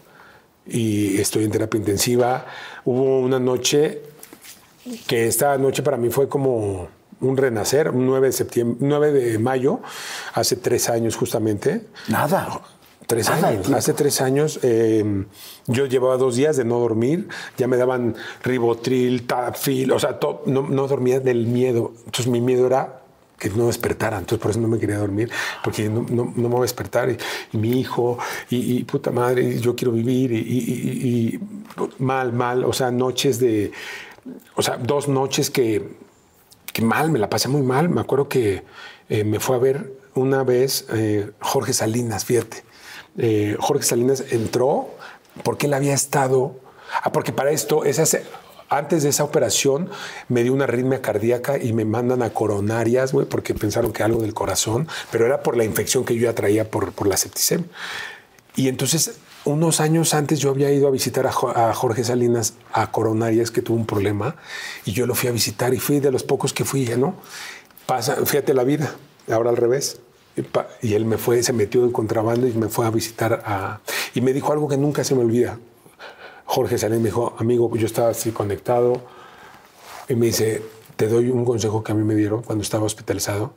Y estoy en terapia intensiva. Hubo una noche que esta noche para mí fue como un renacer, un nueve de septiembre, nueve de mayo, hace tres años justamente. Nada. Tres Nada años. Hace tres años eh, yo llevaba dos días de no dormir. Ya me daban ribotril, tafil, o sea, to, no, no dormía del miedo. Entonces mi miedo era que no despertara. Entonces por eso no me quería dormir, porque no, no, no me voy a despertar. Y, y mi hijo, y, y puta madre, yo quiero vivir. Y, y, y, y mal, mal. O sea, noches de... O sea, dos noches que, que mal, me la pasé muy mal. Me acuerdo que eh, me fue a ver una vez eh, Jorge Salinas, fíjate. Eh, Jorge Salinas entró porque él había estado... Ah, porque para esto, esas, antes de esa operación, me dio una arritmia cardíaca y me mandan a coronarias, güey, porque pensaron que algo del corazón, pero era por la infección que yo ya traía por, por la septicemia. Y entonces, unos años antes, yo había ido a visitar a, a Jorge Salinas a coronarias, que tuvo un problema, y yo lo fui a visitar y fui de los pocos que fui, ¿no? Pasa, fíjate la vida, ahora al revés. Y él me fue, se metió en contrabando y me fue a visitar a... Y me dijo algo que nunca se me olvida. Jorge Salinas me dijo, amigo, yo estaba así conectado. Y me dice, te doy un consejo que a mí me dieron cuando estaba hospitalizado.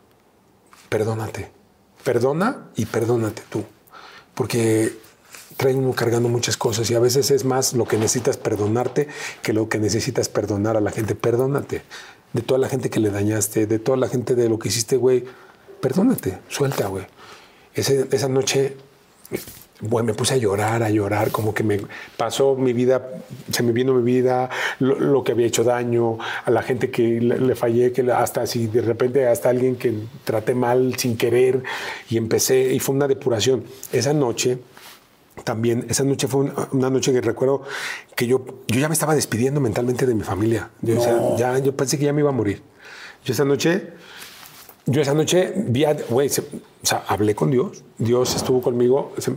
Perdónate. Perdona y perdónate tú. Porque trae uno cargando muchas cosas y a veces es más lo que necesitas perdonarte que lo que necesitas perdonar a la gente. Perdónate. De toda la gente que le dañaste, de toda la gente de lo que hiciste, güey. Perdónate, suelta, güey. Ese, esa noche, güey, me puse a llorar, a llorar, como que me pasó mi vida, se me vino mi vida, lo, lo que había hecho daño, a la gente que le, le fallé, que hasta si de repente hasta alguien que traté mal sin querer y empecé, y fue una depuración. Esa noche, también, esa noche fue una, una noche que recuerdo que yo, yo ya me estaba despidiendo mentalmente de mi familia. Yo, no. o sea, ya, yo pensé que ya me iba a morir. Yo esa noche... Yo esa noche vi a, güey, o sea, hablé con Dios. Dios estuvo conmigo. Se,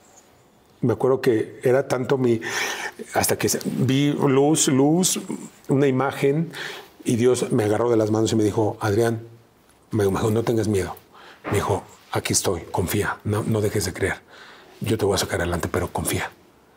me acuerdo que era tanto mi... Hasta que vi luz, luz, una imagen, y Dios me agarró de las manos y me dijo, Adrián, me dijo, no tengas miedo. Me dijo, aquí estoy, confía, no, no dejes de creer. Yo te voy a sacar adelante, pero confía.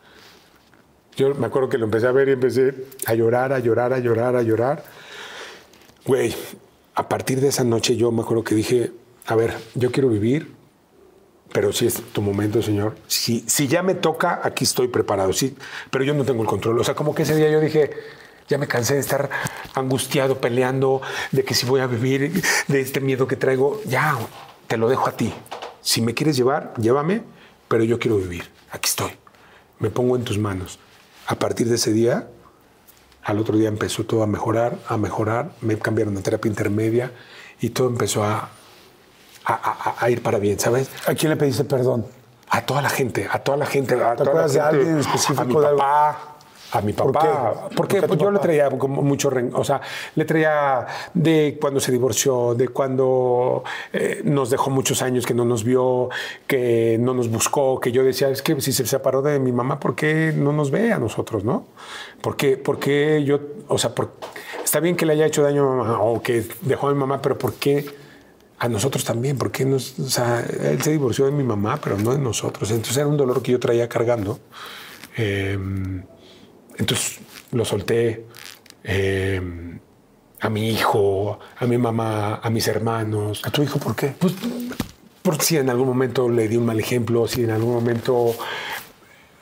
Yo me acuerdo que lo empecé a ver y empecé a llorar, a llorar, a llorar, a llorar. Güey... A partir de esa noche yo me acuerdo que dije, a ver, yo quiero vivir, pero si es tu momento, Señor. Si, si ya me toca, aquí estoy preparado, sí, pero yo no tengo el control. O sea, como que ese día yo dije, ya me cansé de estar angustiado, peleando, de que si voy a vivir, de este miedo que traigo. Ya, te lo dejo a ti. Si me quieres llevar, llévame, pero yo quiero vivir. Aquí estoy. Me pongo en tus manos. A partir de ese día... Al otro día empezó todo a mejorar, a mejorar. Me cambiaron a terapia intermedia y todo empezó a, a, a, a ir para bien, ¿sabes? ¿A quién le pediste perdón? A toda la gente, a toda la gente. A ¿Te toda acuerdas la gente, de alguien en específico? A mi papá. A mi papá. ¿Por qué? Porque ¿Por qué yo papá? le traía como mucho... O sea, le traía de cuando se divorció, de cuando eh, nos dejó muchos años, que no nos vio, que no nos buscó, que yo decía, es que si se separó de mi mamá, ¿por qué no nos ve a nosotros, no? ¿Por qué, por qué yo... O sea, por, está bien que le haya hecho daño a mi mamá o que dejó a mi mamá, pero ¿por qué a nosotros también? ¿Por qué nos... O sea, él se divorció de mi mamá, pero no de nosotros. Entonces era un dolor que yo traía cargando. Eh... Entonces lo solté eh, a mi hijo, a mi mamá, a mis hermanos. ¿A tu hijo por qué? Pues por si en algún momento le di un mal ejemplo, si en algún momento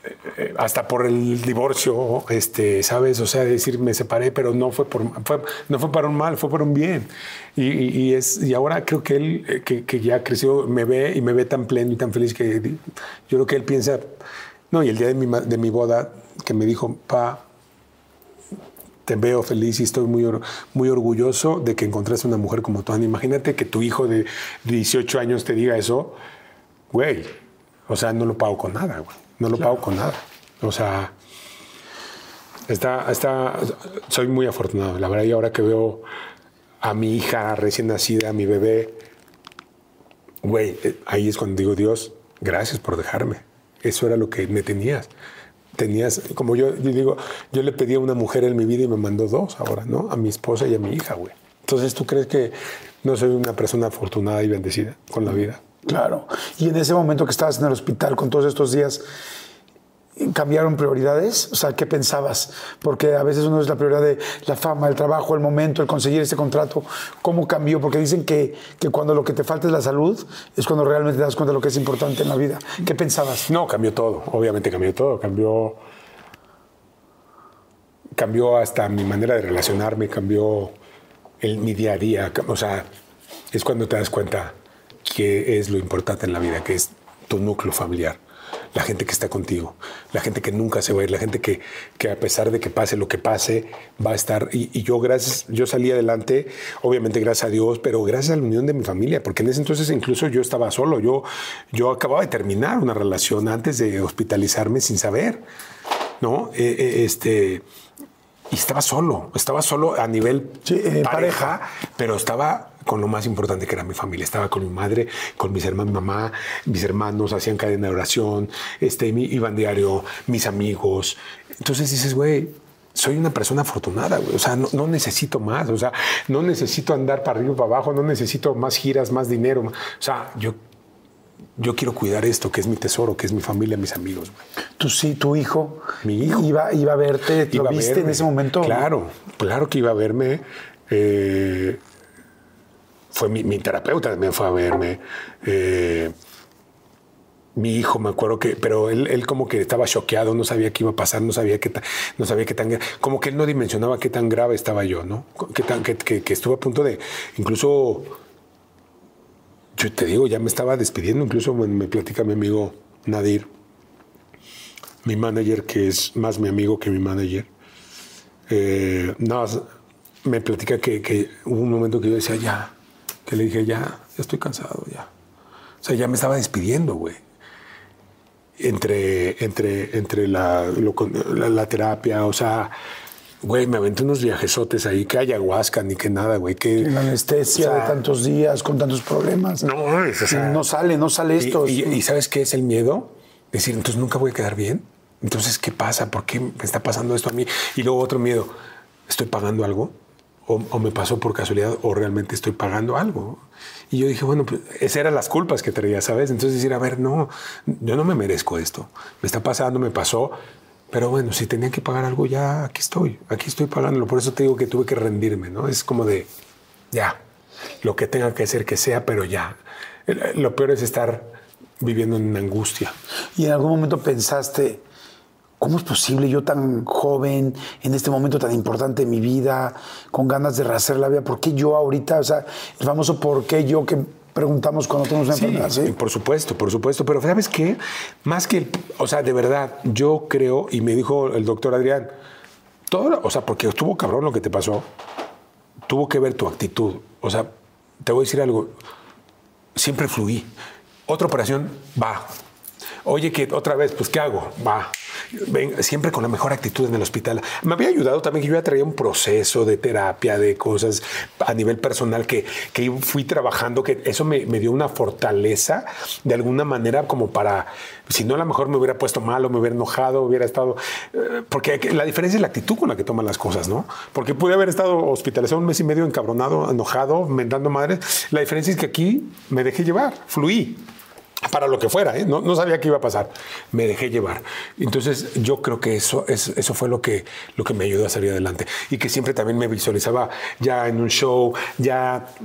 eh, hasta por el divorcio, este, ¿sabes? O sea, decir, me separé, pero no fue, por, fue, no fue para un mal, fue para un bien. Y, y, y, es, y ahora creo que él, que, que ya creció, me ve y me ve tan pleno y tan feliz que yo creo que él piensa... No, y el día de mi, de mi boda, que me dijo, pa, te veo feliz y estoy muy, or, muy orgulloso de que encontraste una mujer como tú. Imagínate que tu hijo de dieciocho años te diga eso, güey. O sea, no lo pago con nada, güey. No lo claro. pago con nada. O sea, está, está, soy muy afortunado. La verdad, y ahora que veo a mi hija recién nacida, a mi bebé, güey, ahí es cuando digo, Dios, gracias por dejarme. Eso era lo que me tenías. Tenías, como yo, yo digo, yo le pedí a una mujer en mi vida y me mandó dos ahora, ¿no? A mi esposa y a mi hija, güey. Entonces, ¿tú crees que no soy una persona afortunada y bendecida con la vida? Claro. Y en ese momento que estabas en el hospital con todos estos días, ¿cambiaron prioridades? O sea, ¿qué pensabas? Porque a veces uno es la prioridad de la fama, el trabajo, el momento, el conseguir este contrato. ¿Cómo cambió? Porque dicen que, que cuando lo que te falta es la salud, es cuando realmente te das cuenta de lo que es importante en la vida. ¿Qué pensabas? No, cambió todo. Obviamente cambió todo. Cambió, cambió hasta mi manera de relacionarme, cambió el, mi día a día. O sea, es cuando te das cuenta qué es lo importante en la vida, que es tu núcleo familiar. La gente que está contigo, la gente que nunca se va a ir, la gente que, que a pesar de que pase lo que pase, va a estar. Y, y yo, gracias, yo salí adelante, obviamente gracias a Dios, pero gracias a la unión de mi familia, porque en ese entonces incluso yo estaba solo. Yo, yo acababa de terminar una relación antes de hospitalizarme sin saber, ¿no? Eh, eh, este, y estaba solo, estaba solo a nivel sí, eh, pareja, pareja, pero estaba con lo más importante que era mi familia. Estaba con mi madre, con mis hermanos, mi mamá, mis hermanos hacían cadena de oración, este, iban diario, mis amigos. Entonces dices, güey, soy una persona afortunada, güey. O sea, no, no necesito más. O sea, no necesito andar para arriba y para abajo, no necesito más giras, más dinero. O sea, yo, yo quiero cuidar esto, que es mi tesoro, que es mi familia, mis amigos, güey. Tú sí, tu hijo, mi hijo iba, iba a verte, ¿lo iba viste verme. En ese momento? Claro, claro que iba a verme. Eh, Fue mi, mi terapeuta también fue a verme. Eh, mi hijo, me acuerdo que, pero él, él como que estaba choqueado, no sabía qué iba a pasar, no sabía qué, no sabía qué tan, como que él no dimensionaba qué tan grave estaba yo, ¿no? Qué tan, que, que, que estuve a punto de, incluso, yo te digo, ya me estaba despidiendo, incluso me, me platica mi amigo Nadir, mi manager, que es más mi amigo que mi manager. Eh, no, me platica que, que hubo un momento que yo decía, ya, que le dije, ya, ya estoy cansado, ya. O sea, ya me estaba despidiendo, güey. Entre, entre, entre la, lo, la, la terapia, o sea, güey, me aventé unos viajesotes ahí, que ayahuasca, ni que nada, güey. Que, la anestesia, o sea, de tantos días, con tantos problemas. No, es, o sea, no sale, no sale esto. Y, y, y ¿sabes qué es el miedo? Decir, entonces nunca voy a quedar bien. Entonces, ¿qué pasa? ¿Por qué me está pasando esto a mí? Y luego otro miedo, ¿estoy pagando algo? O, o me pasó por casualidad, o realmente estoy pagando algo. Y yo dije, bueno, pues esas eran las culpas que traía, ¿sabes? Entonces decir, a ver, no, yo no me merezco esto. Me está pasando, me pasó. Pero bueno, si tenía que pagar algo, ya aquí estoy, aquí estoy pagándolo. Por eso te digo que tuve que rendirme, ¿no? Es como de, ya, lo que tenga que ser que sea, pero ya. Lo peor es estar viviendo en angustia. ¿Y en algún momento pensaste, cómo es posible yo tan joven, en este momento tan importante de mi vida, con ganas de rehacer la vida? ¿Por qué yo ahorita? O sea, el famoso ¿por qué yo? Que preguntamos cuando tenemos una sí, enfermedad. Sí, por supuesto, por supuesto. Pero ¿sabes qué? Más que, el, o sea, de verdad, yo creo, y me dijo el doctor Adrián, todo, o sea, porque estuvo cabrón lo que te pasó, tuvo que ver tu actitud. O sea, te voy a decir algo, siempre fluí. Otra operación, va. Oye, que otra vez, pues, ¿qué hago? Va. Ven, siempre con la mejor actitud en el hospital. Me había ayudado también que yo ya traía un proceso de terapia, de cosas a nivel personal que, que fui trabajando, que eso me, me dio una fortaleza de alguna manera como para, si no a lo mejor me hubiera puesto mal o me hubiera enojado, hubiera estado... Eh, porque la diferencia es la actitud con la que toman las cosas, ¿no? Porque pude haber estado hospitalizado un mes y medio encabronado, enojado, mentando madres. La diferencia es que aquí me dejé llevar, fluí. Para lo que fuera, ¿eh? no, no sabía qué iba a pasar. Me dejé llevar. Entonces, yo creo que eso, es, eso fue lo que, lo que me ayudó a salir adelante. Y que siempre también me visualizaba ya en un show, ya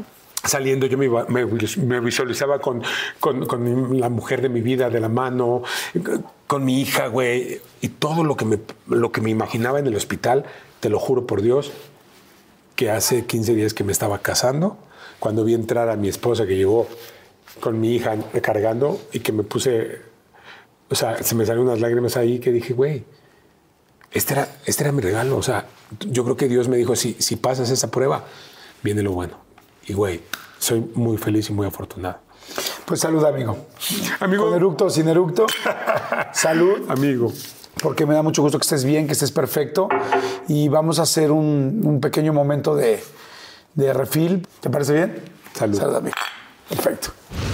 saliendo, yo me, me, me visualizaba con, con, con la mujer de mi vida de la mano, con mi hija, güey, y todo lo que, me, lo que me imaginaba en el hospital, te lo juro por Dios, que hace quince días que me estaba casando, cuando vi entrar a mi esposa que llegó con mi hija cargando y que me puse, o sea, se me salieron unas lágrimas ahí que dije, güey, este era, este era mi regalo. O sea, yo creo que Dios me dijo, si, si pasas esa prueba, viene lo bueno. Y, güey, soy muy feliz y muy afortunado. Pues salud, amigo. Amigo. Con eructo o sin eructo. Salud. Amigo. Porque me da mucho gusto que estés bien, que estés perfecto. Y vamos a hacer un, un pequeño momento de, de refill. ¿Te parece bien? Salud. Salud, amigo. Perfecto.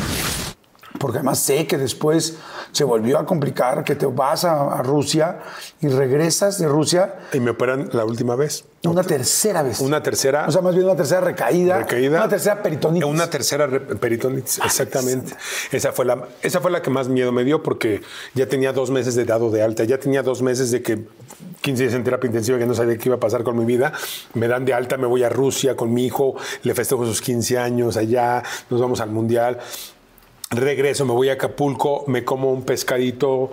Porque además sé que después se volvió a complicar, que te vas a, a Rusia y regresas de Rusia. Y me operan la última vez. Una tercera vez. Una tercera. O sea, más bien una tercera recaída. Recaída. Una tercera peritonitis. Una tercera re- peritonitis, exactamente. Esa fue, la, esa fue la que más miedo me dio porque ya tenía dos meses de dado de alta. Ya tenía dos meses de que quince días en terapia intensiva que no sabía qué iba a pasar con mi vida. Me dan de alta, me voy a Rusia con mi hijo, le festejo sus quince años allá, nos vamos al Mundial. Regreso, me voy a Acapulco, me como un pescadito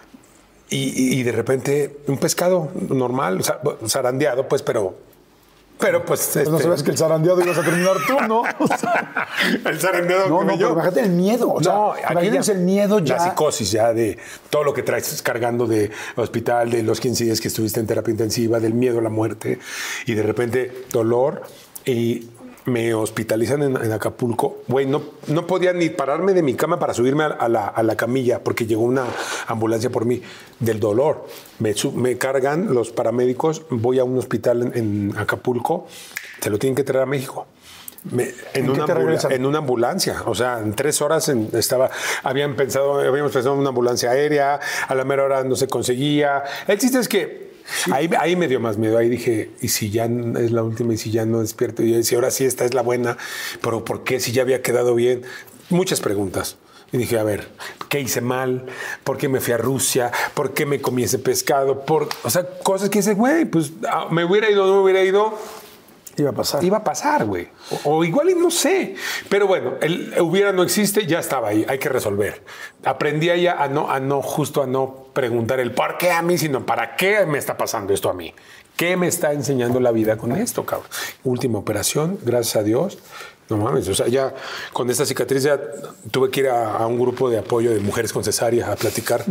y, y de repente un pescado normal, zarandeado, pues, pero... Pero pues... Pues no este... sabes que el zarandeado ibas a terminar tú, ¿no? O sea, el zarandeado no, que no, me yo. pero imagínate el miedo. O sea, No, imagínense el miedo ya. La psicosis ya de todo lo que traes cargando de hospital, de los quince días que estuviste en terapia intensiva, del miedo a la muerte y de repente dolor y... Me hospitalizan en, en Acapulco. Güey, no, no podía ni pararme de mi cama para subirme a, a, la, a la camilla porque llegó una ambulancia por mí del dolor. Me, me cargan los paramédicos, voy a un hospital en, en Acapulco, se lo tienen que traer a México. Me, en, ¿En, una ambula, en una ambulancia, o sea, en tres horas en, estaba, habían pensado, habíamos pensado en una ambulancia aérea, a la mera hora no se conseguía. El chiste es que Sí. Ahí, ahí me dio más miedo. Ahí dije, ¿y si ya es la última? ¿Y si ya no despierto? Y yo decía, ahora sí, esta es la buena. ¿Pero por qué? Si ya había quedado bien. Muchas preguntas. Y dije, a ver, ¿qué hice mal? ¿Por qué me fui a Rusia? ¿Por qué me comí ese pescado? Por, o sea, cosas que dices, güey, pues me hubiera ido o no me hubiera ido. Iba a pasar. Iba a pasar, güey. O, o igual y no sé. Pero bueno, el hubiera no existe, ya estaba ahí. Hay que resolver. Aprendí ya a no, a no, justo a no preguntar el por qué a mí, sino para qué me está pasando esto a mí. ¿Qué me está enseñando la vida con esto, cabrón? Última operación, gracias a Dios. No mames, o sea, ya con esta cicatriz ya tuve que ir a, a un grupo de apoyo de mujeres con cesárea a platicar.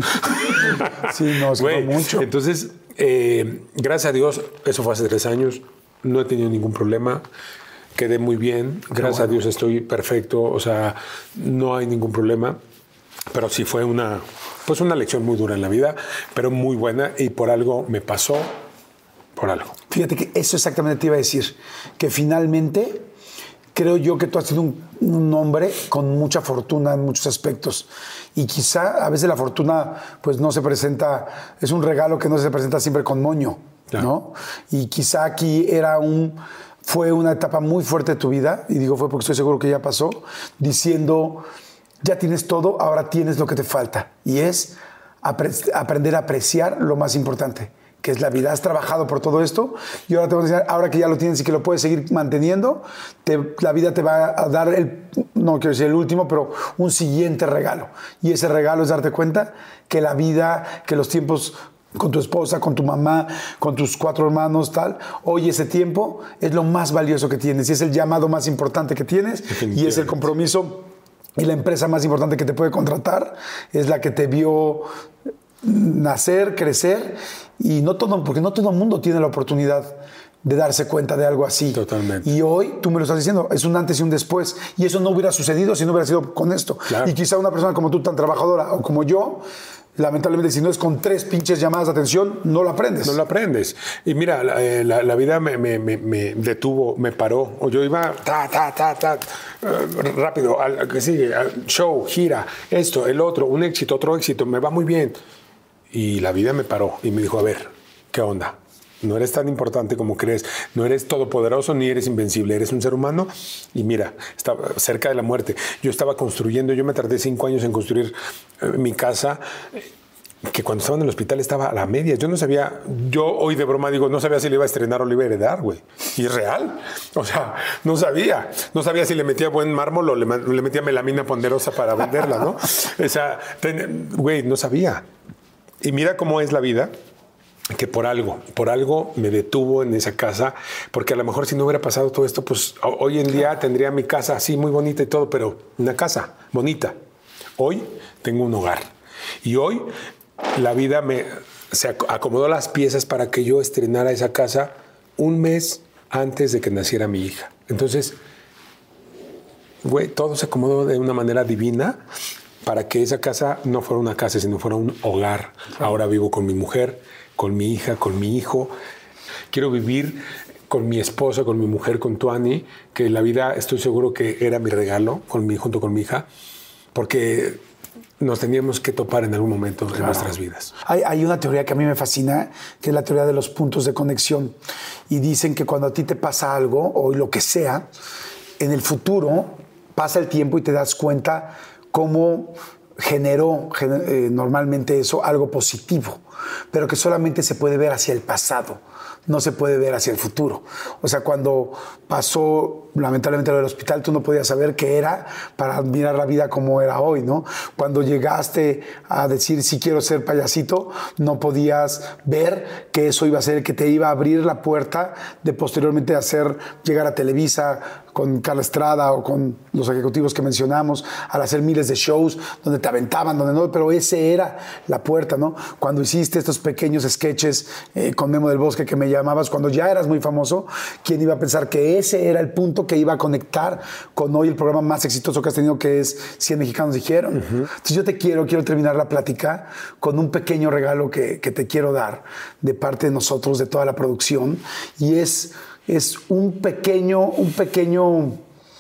Sí, no, se fue mucho. Entonces, eh, gracias a Dios, eso fue hace tres años. No he tenido ningún problema, quedé muy bien, gracias bueno. a Dios estoy perfecto, o sea, no hay ningún problema, pero sí fue una, pues una lección muy dura en la vida, pero muy buena y por algo me pasó, por algo. Fíjate que eso exactamente te iba a decir, que finalmente creo yo que tú has sido un, un hombre con mucha fortuna en muchos aspectos y quizá a veces la fortuna pues no se presenta, es un regalo que no se presenta siempre con moño. ¿No? Y quizá aquí era un, fue una etapa muy fuerte de tu vida, y digo fue porque estoy seguro que ya pasó, diciendo, ya tienes todo, ahora tienes lo que te falta, y es apre- aprender a apreciar lo más importante, que es la vida. Has trabajado por todo esto, y ahora te voy a decir, ahora que ya lo tienes y que lo puedes seguir manteniendo, te, la vida te va a dar, el, no quiero decir el último, pero un siguiente regalo, y ese regalo es darte cuenta que la vida, que los tiempos con tu esposa, con tu mamá, con tus cuatro hermanos, tal. Hoy ese tiempo es lo más valioso que tienes y es el llamado más importante que tienes y es el compromiso y la empresa más importante que te puede contratar. Es la que te vio nacer, crecer y no todo, porque no todo el mundo tiene la oportunidad de darse cuenta de algo así. Totalmente. Y hoy, tú me lo estás diciendo, es un antes y un después. Y eso no hubiera sucedido si no hubiera sido con esto. Claro. Y quizá una persona como tú, tan trabajadora o como yo, lamentablemente, si no es con tres pinches llamadas de atención, no lo aprendes. No lo aprendes. Y mira, la, la, la vida me, me, me, me detuvo, me paró. O yo iba ta, ta, ta, ta, uh, rápido, al que sigue, al show, gira, esto, el otro, un éxito, otro éxito, me va muy bien. Y la vida me paró y me dijo, a ver, ¿qué onda? No eres tan importante como crees, no eres todopoderoso ni eres invencible, eres un ser humano y mira, estaba cerca de la muerte. Yo estaba construyendo, yo me tardé cinco años en construir eh, mi casa que cuando estaba en el hospital estaba a la media. Yo no sabía, yo hoy de broma digo, no sabía si le iba a estrenar o le iba a heredar, güey. Y es real. O sea, no sabía. No sabía si le metía buen mármol o le, le metía melamina ponderosa para venderla, ¿no? O sea, ten, güey, no sabía. Y mira cómo es la vida, que por algo, por algo me detuvo en esa casa, porque a lo mejor si no hubiera pasado todo esto, pues hoy en día tendría mi casa así muy bonita y todo, pero una casa bonita. Hoy tengo un hogar. Y hoy la vida me se acomodó las piezas para que yo estrenara esa casa un mes antes de que naciera mi hija. Entonces, güey, todo se acomodó de una manera divina para que esa casa no fuera una casa, sino fuera un hogar. Ahora vivo con mi mujer, con mi hija, con mi hijo. Quiero vivir con mi esposa, con mi mujer, con Tuani, que la vida estoy seguro que era mi regalo con mi, junto con mi hija, porque nos teníamos que topar en algún momento claro. de nuestras vidas. Hay, hay una teoría que a mí me fascina, que es la teoría de los puntos de conexión. Y dicen que cuando a ti te pasa algo, o lo que sea, en el futuro pasa el tiempo y te das cuenta cómo generó gener, eh, normalmente eso algo positivo, pero que solamente se puede ver hacia el pasado, no se puede ver hacia el futuro. O sea, cuando pasó lamentablemente lo del hospital, tú no podías saber qué era para admirar la vida como era hoy, ¿no? Cuando llegaste a decir sí quiero ser payasito, no podías ver que eso iba a ser el que te iba a abrir la puerta de posteriormente hacer llegar a Televisa con Carla Estrada o con los ejecutivos que mencionamos, al hacer miles de shows donde te aventaban, donde no, pero ese era la puerta, ¿no? Cuando hiciste estos pequeños sketches eh, con Memo del Bosque que me llamabas, cuando ya eras muy famoso, ¿quién iba a pensar que ese era el punto que iba a conectar con hoy el programa más exitoso que has tenido, que es cien mexicanos dijeron? Uh-huh. Entonces yo te quiero, quiero terminar la plática con un pequeño regalo que, que te quiero dar de parte de nosotros, de toda la producción, y es, es un pequeño, un pequeño,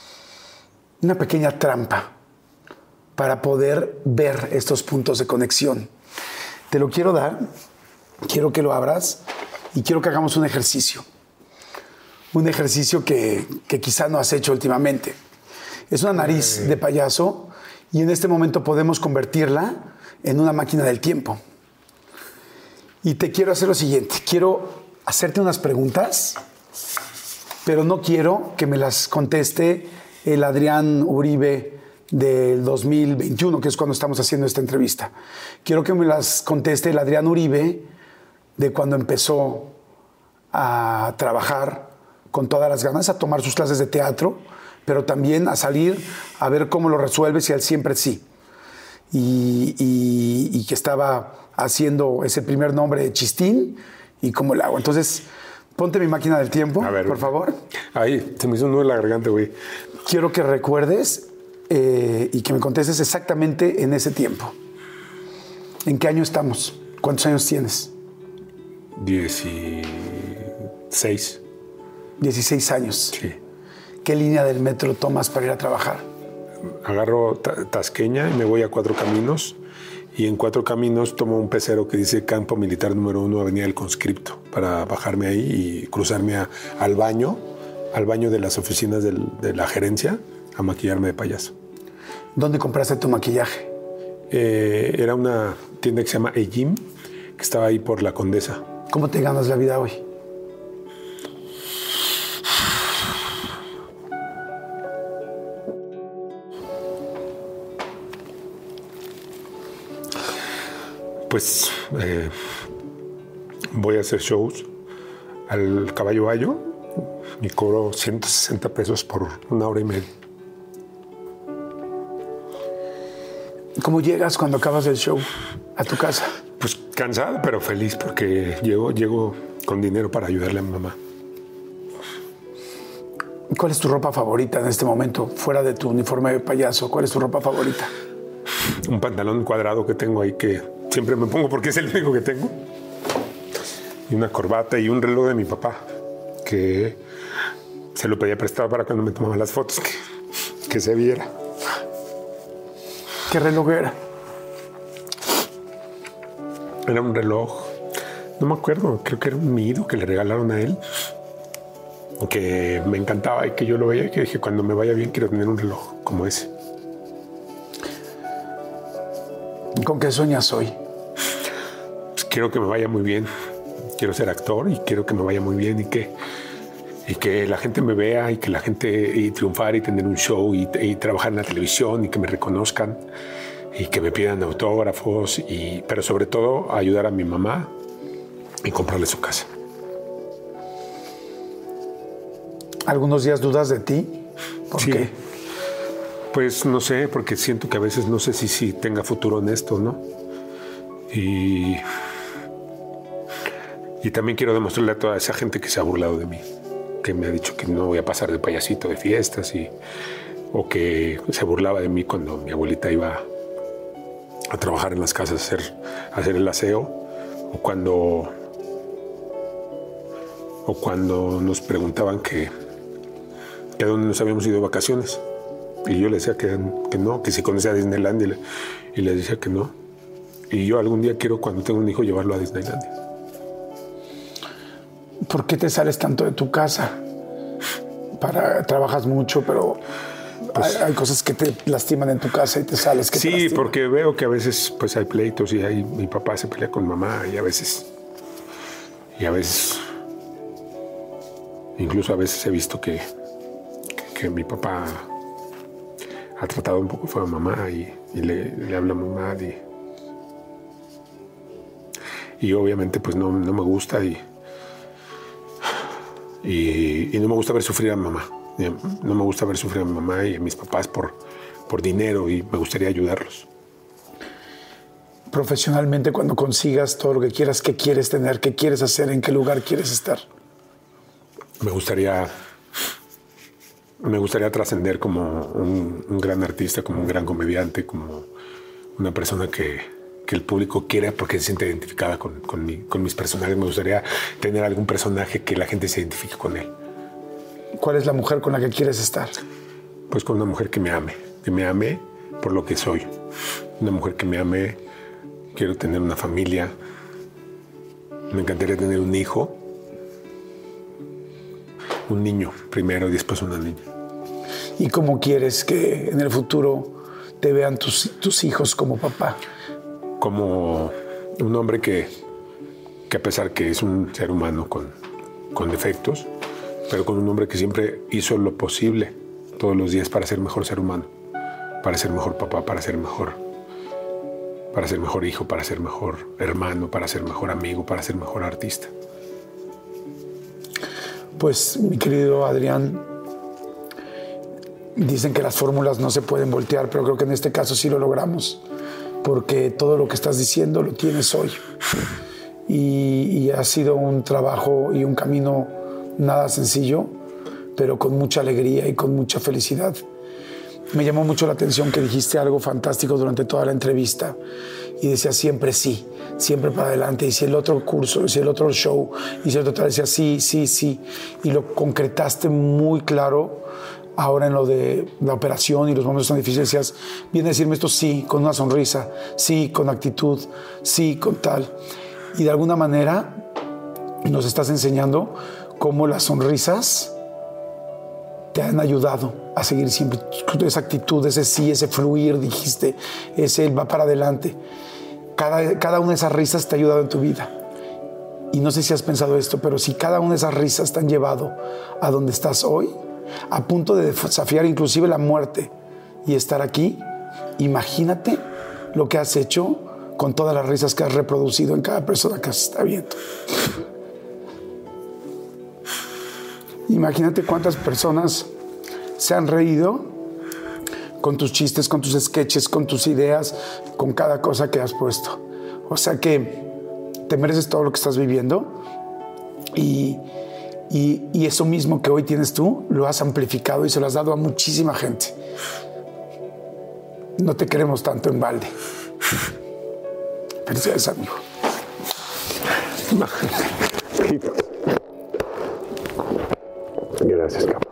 una pequeña trampa para poder ver estos puntos de conexión. Te lo quiero dar, quiero que lo abras y quiero que hagamos un ejercicio. Un ejercicio que, que quizá no has hecho últimamente. Es una nariz de payaso y en este momento podemos convertirla en una máquina del tiempo. Y te quiero hacer lo siguiente. Quiero hacerte unas preguntas, pero no quiero que me las conteste el Adrián Uribe del dos mil veintiuno, que es cuando estamos haciendo esta entrevista. Quiero que me las conteste el Adrián Uribe de cuando empezó a trabajar con todas las ganas, a tomar sus clases de teatro, pero también a salir a ver cómo lo resuelves y al siempre sí. Y, y, y que estaba haciendo ese primer nombre de Chistín y cómo lo hago. Entonces, ponte mi máquina del tiempo, a ver, por favor. Ahí, se me hizo un nudo en la garganta, güey. Quiero que recuerdes eh, y que me contestes exactamente en ese tiempo. ¿En qué año estamos? ¿Cuántos años tienes? Dieciséis. Dieciséis años. Sí. ¿Qué línea del metro tomas para ir a trabajar? Agarro Tasqueña y me voy a Cuatro Caminos. Y en Cuatro Caminos tomo un pecero que dice Campo Militar número uno, Avenida del Conscripto, para bajarme ahí y cruzarme a, al baño, al baño de las oficinas del, de la gerencia, a maquillarme de payaso. ¿Dónde compraste tu maquillaje? Eh, era una tienda que se llama Ejim, que estaba ahí por la Condesa. ¿Cómo te ganas la vida hoy? Pues eh, voy a hacer shows al Caballo Bayo y cobro ciento sesenta pesos por una hora y media. ¿Cómo llegas cuando acabas el show a tu casa? Pues cansado, pero feliz porque llego, llego con dinero para ayudarle a mi mamá. ¿Cuál es tu ropa favorita en este momento, fuera de tu uniforme de payaso? ¿Cuál es tu ropa favorita? Un pantalón cuadrado que tengo ahí que siempre me pongo porque es el único que tengo. Y una corbata y un reloj de mi papá, que se lo pedía prestado para cuando me tomaba las fotos, que, que se viera. ¿Qué reloj era? Era un reloj, no me acuerdo, creo que era un Mido que le regalaron a él, que me encantaba y que yo lo veía y que dije, cuando me vaya bien quiero tener un reloj como ese. ¿Con qué sueñas hoy? quiero que me vaya muy bien. Quiero ser actor y quiero que me vaya muy bien y que, y que la gente me vea y que la gente y triunfar y tener un show y, y trabajar en la televisión y que me reconozcan y que me pidan autógrafos, y, pero sobre todo ayudar a mi mamá y comprarle su casa. ¿Algunos días dudas de ti? ¿Por sí. qué? Pues no sé, porque siento que a veces no sé si, si tenga futuro en esto, ¿no? Y, y también quiero demostrarle a toda esa gente que se ha burlado de mí, que me ha dicho que no voy a pasar de payasito de fiestas, y, o que se burlaba de mí cuando mi abuelita iba a trabajar en las casas a hacer, a hacer el aseo, o cuando, o cuando nos preguntaban que, que a dónde nos habíamos ido de vacaciones. Y yo le decía que, que no, que si conocía a Disneylandia, y le, y le decía que no. Y yo algún día quiero, cuando tenga un hijo, llevarlo a Disneylandia. ¿Por qué te sales tanto de tu casa? Para, trabajas mucho, pero pues, hay, hay cosas que te lastiman en tu casa y te sales. Que sí, te porque veo que a veces pues, hay pleitos y hay, mi papá se pelea con mamá y a veces... Y a veces... Incluso a veces he visto que, que, que mi papá ha tratado un poco feo a mamá y, y le, le habla muy mal. Y, y obviamente pues no, no me gusta y, y, y no me gusta ver sufrir a mamá. No me gusta ver sufrir a mi mamá y a mis papás por, por dinero, y me gustaría ayudarlos. Profesionalmente, cuando consigas todo lo que quieras, ¿qué quieres tener? ¿Qué quieres hacer? ¿En qué lugar quieres estar? Me gustaría, me gustaría trascender como un, un gran artista, como un gran comediante, como una persona que, que el público quiera porque se siente identificada con, con, mi, con mis personajes. Me gustaría tener algún personaje que la gente se identifique con él. ¿Cuál es la mujer con la que quieres estar? Pues con una mujer que me ame, que me ame por lo que soy. Una mujer que me ame, quiero tener una familia, me encantaría tener un hijo, un niño primero y después una niña. ¿Y cómo quieres que en el futuro te vean tus, tus hijos como papá? Como un hombre que, que a pesar que es un ser humano con, con defectos, pero con un hombre que siempre hizo lo posible todos los días para ser mejor ser humano, para ser mejor papá, para ser mejor, para ser mejor hijo, para ser mejor hermano, para ser mejor amigo, para ser mejor artista. Pues, mi querido Adrián, dicen que las fórmulas no se pueden voltear, pero creo que en este caso sí lo logramos, porque todo lo que estás diciendo lo tienes hoy. Y, y ha sido un trabajo y un camino nada sencillo, pero con mucha alegría y con mucha felicidad. Me llamó mucho la atención que dijiste algo fantástico durante toda la entrevista y decías siempre sí, siempre para adelante, y si el otro curso, y si el otro show, y si el otro tal, decías sí, sí, sí, y lo concretaste muy claro ahora en lo de la operación y los momentos tan difíciles. Decías, viene a decirme esto sí, con una sonrisa, sí, con actitud, sí, con tal, y de alguna manera nos estás enseñando cómo las sonrisas te han ayudado a seguir siempre esa actitud, ese sí, ese fluir, dijiste, ese va para adelante. Cada, cada una de esas risas te ha ayudado en tu vida. Y no sé si has pensado esto, pero si cada una de esas risas te han llevado a donde estás hoy, a punto de desafiar inclusive la muerte y estar aquí, imagínate lo que has hecho con todas las risas que has reproducido en cada persona que se está viendo. Imagínate cuántas personas se han reído con tus chistes, con tus sketches, con tus ideas, con cada cosa que has puesto. O sea que te mereces todo lo que estás viviendo y, y, y eso mismo que hoy tienes tú, lo has amplificado y se lo has dado a muchísima gente. No te queremos tanto en balde. Felicidades, amigo. Gracias, cabrón.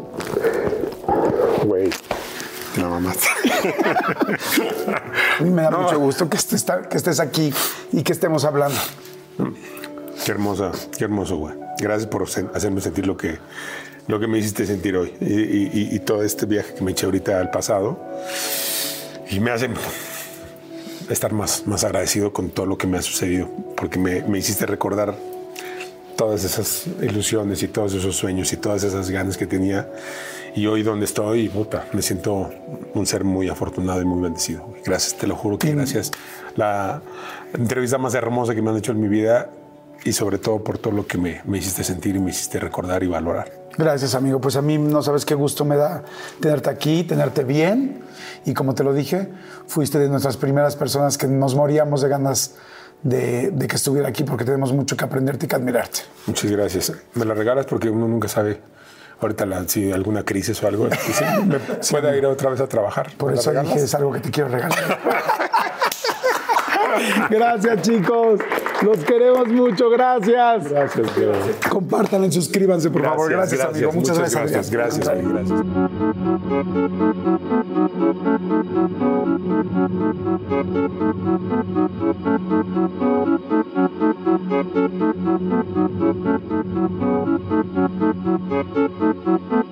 Güey, la mamaste. A mí me da No. mucho gusto que estés, que estés aquí y que estemos hablando. Qué hermosa, qué hermoso, güey. Gracias por hacerme sentir lo que, lo que me hiciste sentir hoy. Y, y, y todo este viaje que me eché ahorita al pasado. Y me hace... estar más, más agradecido con todo lo que me ha sucedido, porque me, me hiciste recordar todas esas ilusiones y todos esos sueños y todas esas ganas que tenía. Y hoy donde estoy, puta, me siento un ser muy afortunado y muy bendecido. Gracias, te lo juro que gracias. La entrevista más hermosa que me han hecho en mi vida y sobre todo por todo lo que me, me hiciste sentir y me hiciste recordar y valorar. Gracias, amigo. Pues a mí no sabes qué gusto me da tenerte aquí, tenerte bien. Y como te lo dije, fuiste de nuestras primeras personas que nos moríamos de ganas de, de que estuviera aquí porque tenemos mucho que aprenderte y que admirarte. Muchas gracias. Me la regalas porque uno nunca sabe ahorita la, si alguna crisis o algo, sí, me pueda ir otra vez a trabajar. Por eso dije, es algo que te quiero regalar. Gracias, chicos. Los queremos mucho. Gracias. Gracias, gracias. Compártanlo y suscríbanse, por Gracias, favor. Gracias, gracias, amigo. Muchas, muchas gracias. Gracias, gracias, gracias. Gracias.